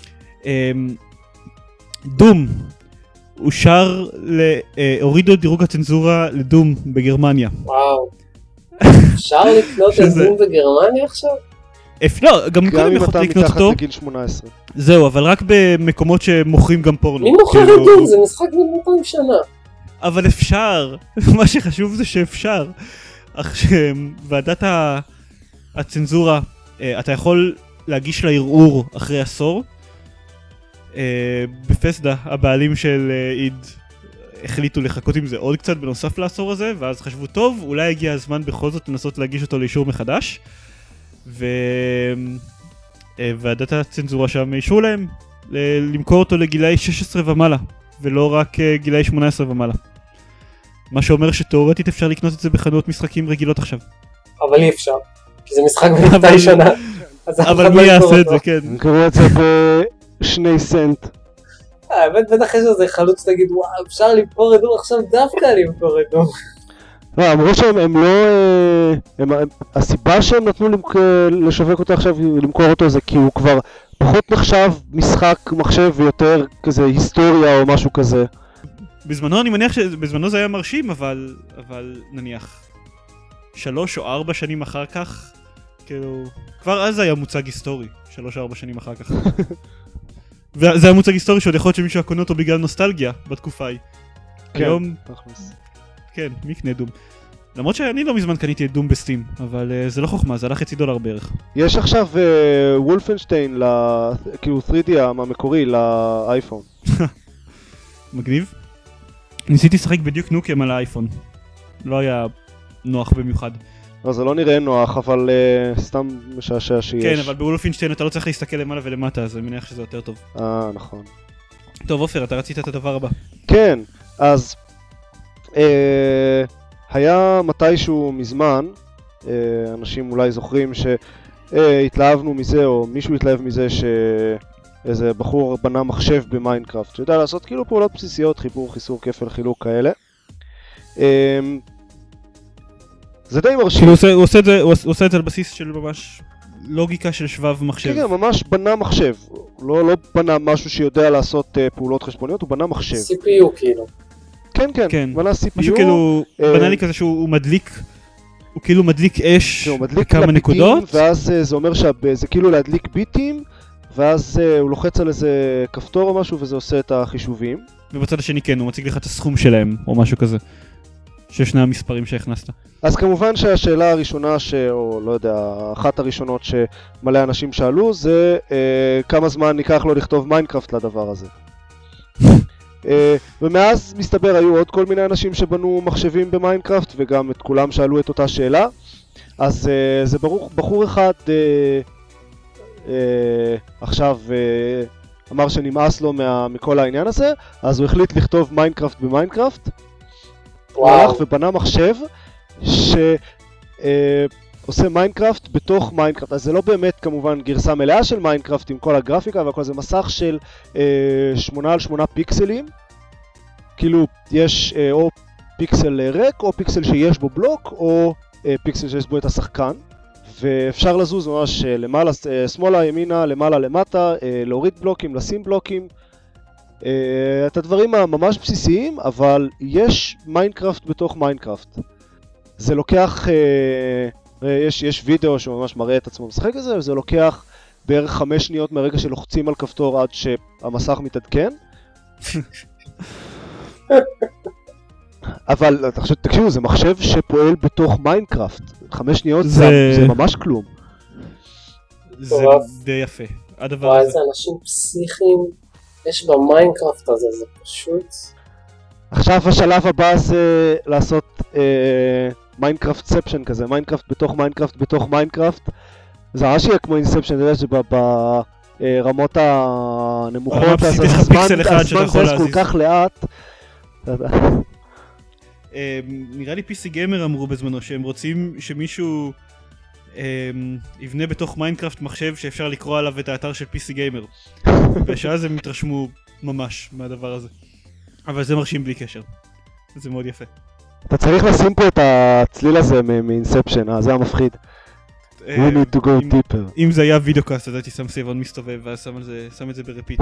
B: דום, אושר, הורידו את דירוג הצנזורה לדום בגרמניה.
C: וואו. אפשר לקנות את דום בגרמניה עכשיו?
B: לא, גם קודם יכולת לקנות אותו.
A: גם אם אתה מתחת לגיל שמונה עשרה.
B: זהו, אבל רק במקומות שמוכרים גם פורנו.
C: מי מוכר את דום? זה משחק בן מאתיים שנה.
B: אבל אפשר. מה שחשוב זה שאפשר. אך שוועדת הצנזורה, אתה יכול להגיש לה ערעור אחרי עשור. בפסדה, הבעלים של איד החליטו לחכות עם זה עוד קצת בנוסף לעשור הזה, ואז חשבו, טוב, אולי הגיע הזמן בכל זאת לנסות להגיש אותו לאישור מחדש. וועדת הצנזורה שם אישרו להם למכור אותו לגילאי שש עשרה ומעלה, ולא רק גילאי שמונה עשרה ומעלה. מה שאומר שתאורטית אפשר לקנות את זה בחנויות משחקים רגילות עכשיו.
C: אבל אי אפשר, כי זה משחק בנפתי שנה.
B: אבל מי יעשה את זה, כן.
A: אני קורא את זה בשני סנט.
C: האמת בטח יש לזה חלוץ תגיד, וואו, אפשר למכור את דום עכשיו דווקא למכור את דום.
A: לא, אמרו שהם הם לא... הם, הם, הסיבה שהם נתנו למק... לשווק אותו עכשיו, למכור אותו, זה כי הוא כבר פחות נחשב משחק מחשב ויותר כזה היסטוריה או משהו כזה.
B: בזמנו אני מניח שבזמנו זה היה מרשים, אבל, אבל נניח שלוש או ארבע שנים אחר כך, כאילו, כבר אז היה מוצג היסטורי, שלוש או ארבע שנים אחר כך. וזה היה מוצג היסטורי שעוד יכול להיות שמישהו יקונה אותו בגלל נוסטלגיה בתקופה ההיא.
A: כן,
B: היום...
A: תכלס.
B: כן, מי קנה דום? למרות שאני לא מזמן קניתי את דום בסטים, אבל uh, זה לא חוכמה, זה עלה חצי דולר בערך.
A: יש עכשיו uh, וולפנשטיין, ל... כאילו תרי די המקורי, לאייפון.
B: מגניב. ניסיתי לשחק בדיוק נוקם על האייפון. לא היה נוח במיוחד.
A: לא, זה לא נראה נוח, אבל uh, סתם משעשע שיש.
B: כן, אבל בוולפנשטיין אתה לא צריך להסתכל למעלה ולמטה, אז אני מניח שזה יותר טוב.
A: אה, נכון.
B: טוב, אופר, אתה רצית את הדבר הבא.
A: כן, אז... Uh, היה מתישהו מזמן, uh, אנשים אולי זוכרים שהתלהבנו מזה, או מישהו התלהב מזה שאיזה בחור בנה מחשב במיינקראפט, שיודע לעשות כאילו פעולות בסיסיות, חיבור, חיסור, כפל, חילוק, כאלה. Uh, זה די מרשים.
B: הוא עושה, הוא עושה את זה, הוא עושה את זה על בסיס של ממש לוגיקה של שבב מחשב.
A: כן, כן, ממש בנה מחשב. לא, לא בנה משהו שיודע לעשות uh, פעולות חשבוניות, הוא בנה מחשב.
C: סי פי יו כאילו.
A: כן, כן,
B: כן.
A: בנה סי פי יו.
B: משהו כאילו, בנה לי כזה שהוא מדליק, הוא כאילו מדליק אש בכמה נקודות.
A: ואז זה אומר שזה כאילו להדליק ביטים, ואז הוא לוחץ על איזה כפתור או משהו, וזה עושה את החישובים.
B: ובצד השני כן, הוא מציג לך את הסכום שלהם, או משהו כזה. ששני המספרים שהכנסת.
A: אז כמובן שהשאלה הראשונה, ש... או לא יודע, אחת הראשונות שמלא אנשים שאלו, זה אה, כמה זמן ניקח לו לכתוב מיינקראפט לדבר הזה. Uh, ומאז מסתבר היו עוד כל מיני אנשים שבנו מחשבים במיינקראפט, וגם את כולם שאלו את אותה שאלה. אז uh, זה ברור, בחור אחד uh, uh, עכשיו uh, אמר שנמאס לו מה, מכל העניין הזה, אז הוא החליט לכתוב מיינקראפט במיינקראפט. הוא הלך ובנה מחשב שעושה uh, מיינקראפט בתוך מיינקראפט. אז זה לא באמת כמובן גרסה מלאה של מיינקראפט עם כל הגרפיקה והכל, זה מסך של uh, שמונה על שמונה פיקסלים. כאילו יש uh, או פיקסל ריק או פיקסל שיש בו בלוק או uh, פיקסל שיש בו את השחקן, ואפשר לזוז ממש למעלה, שמאלה, ימינה, למעלה, למטה, להוריד בלוקים, לשים בלוקים. את הדברים הממש בסיסיים, אבל יש מיינקראפט בתוך מיינקראפט. זה לוקח, יש, יש וידאו שממש מראה את עצמו משחק הזה, וזה לוקח בערך חמש שניות מהרגע שלוחצים על כפתור עד שהמסך מתעדכן. אבל תקשיבו, זה מחשב שפועל בתוך מיינקראפט. חמש שניות זה, זה ממש כלום.
B: זה די יפה. הדבר
C: וואי,
B: הזה.
C: איזה אנשים פסיכיים יש במיינקראפט הזה, זה פשוט...
A: עכשיו השלב הבא זה לעשות מיינקראפט ספשן כזה, מיינקראפט בתוך מיינקראפט בתוך מיינקראפט. זה ממש יהיה כמו אינספשן, אתה יודע שברמות הנמוכות, הזמן זז כל כך לאט.
B: נראה לי פי סי גיימר אמרו בזמנו שהם רוצים שמישהו יבנה בתוך מיינקראפט מחשב שאפשר לקרוא עליו את האתר של פי סי גיימר. ושאז הם התרשמו ממש מהדבר הזה. אבל זה מרשים בלי קשר. זה מאוד יפה.
A: אתה צריך לשים פה את הצליל הזה מאינספשן, זה המפחיד. We need to go deeper.
B: אם זה היה וידאו קאסט, אז הייתי שם סביבון מסתובב, ואז שם את זה ברפיט.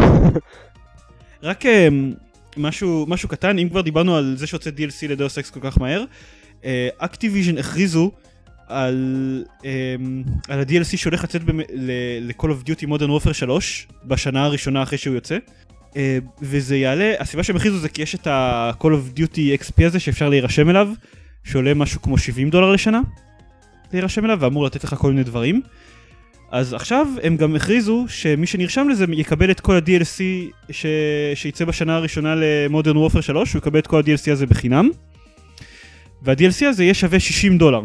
B: רק משהו קטן, אם כבר דיברנו על זה שיוצא די אל סי לדאוס אקס כל כך מהר, אקטיביז'ן הכריזו על ה-די אל סי שהולך לצאת ל-Call of Duty Modern Warfare שלוש, בשנה הראשונה אחרי שהוא יוצא. וזה יעלה, הסיבה שהם הכריזו זה כי יש את ה-Call of Duty אקס פי הזה שאפשר להירשם אליו, שעולה משהו כמו שבעים דולר לשנה להירשם אליו, ואמור לתת לך כל מיני דברים. אז עכשיו הם גם הכריזו שמי שנרשם לזה יקבל את כל ה-די אל סי ש... שיצא בשנה הראשונה ל-Modern Warfare שלוש, הוא יקבל את כל ה-די אל סי הזה בחינם, וה-די אל סי הזה יהיה שווה שישים דולר.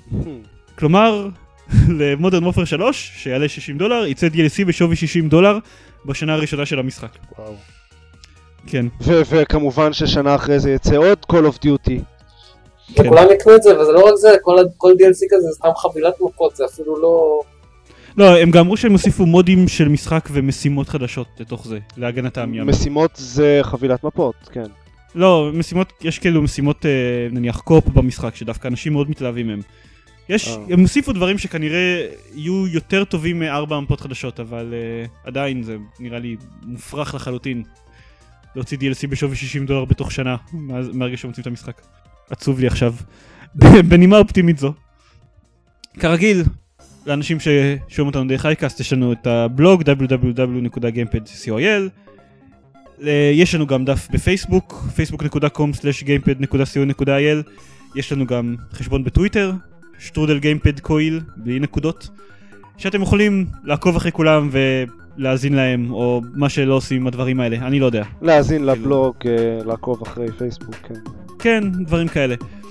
B: כלומר, ל-Modern Warfare שלוש, שיעלה שישים דולר, יצא די אל סי בשווי שישים דולר בשנה הראשונה של המשחק.
A: וואו.
B: כן.
A: ו- וכמובן ששנה אחרי זה יצא עוד Call of Duty.
C: וכולם יקנו את זה, וזה לא רק זה, כל, כל די אל סי כזה זה סתם חבילת מפות, זה אפילו לא...
B: לא, הם גם אמרו שהם הוסיפו מודים של משחק ומשימות חדשות לתוך זה, להגנתם ים.
A: משימות זה חבילת מפות, כן.
B: לא, משימות, יש כאילו משימות, נניח, קופ במשחק, שדווקא אנשים מאוד מתלהבים מהם. יש, oh. הם הוסיפו דברים שכנראה יהיו יותר טובים מארבע מפות חדשות, אבל uh, עדיין זה נראה לי מופרך לחלוטין. להוציא די אל סי בשווי שישים דולר בתוך שנה, מהרגע שמוצאים את המשחק. עצוב לי עכשיו. בנימה אופטימית זו. כרגיל, לאנשים ששומעים אותנו דרך אייקאסט, יש לנו את הבלוג דאבליו דאבליו דאבליו נקודה גיימפד נקודה סי או איי אל. יש לנו גם דף בפייסבוק, פייסבוק נקודה קום סלאש גיימפד נקודה סי או נקודה איי אל. יש לנו גם חשבון בטוויטר, שטרודל גיימפד קויל, בלי נקודות, שאתם יכולים לעקוב אחרי כולם ולהאזין להם, או מה שלא עושים עם הדברים האלה, אני לא יודע.
A: להאזין לבלוג, לעקוב אחרי פייסבוק, כן.
B: כן, דברים כאלה.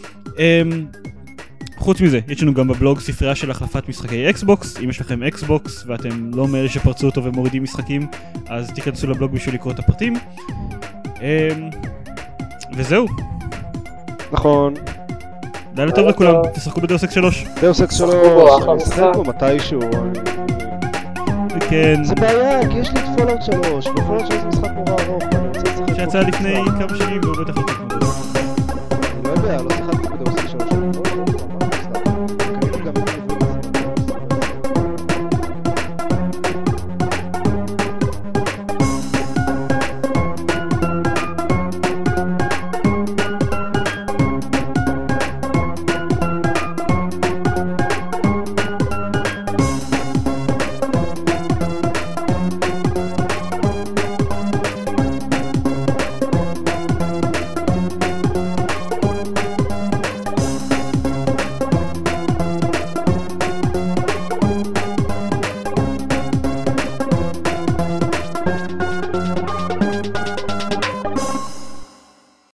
B: חוץ מזה, יש לנו גם בבלוג ספרייה של החלפת משחקי אקסבוקס. אם יש לכם אקסבוקס ואתם לא מאלה שפרצו אותו ומורידים משחקים, אז תיכנסו לבלוג בשביל לקרוא את הפרטים. וזהו.
A: נכון.
B: לילה טוב לכולם, תשחקו בדאוס אקס שלוש.
A: דאוס אקס שלוש, אני אשחק בו מתישהו.
B: כן.
A: זה בעיה, כי יש לי את פולאאוט שלוש, ופולאאוט שלוש זה משחק נורא ארוך, ואני רוצה לשחק בו.
B: שיצא לפני כמה שנים והוא בטח לא תקנו.
A: לא יודע, לא שיחקתי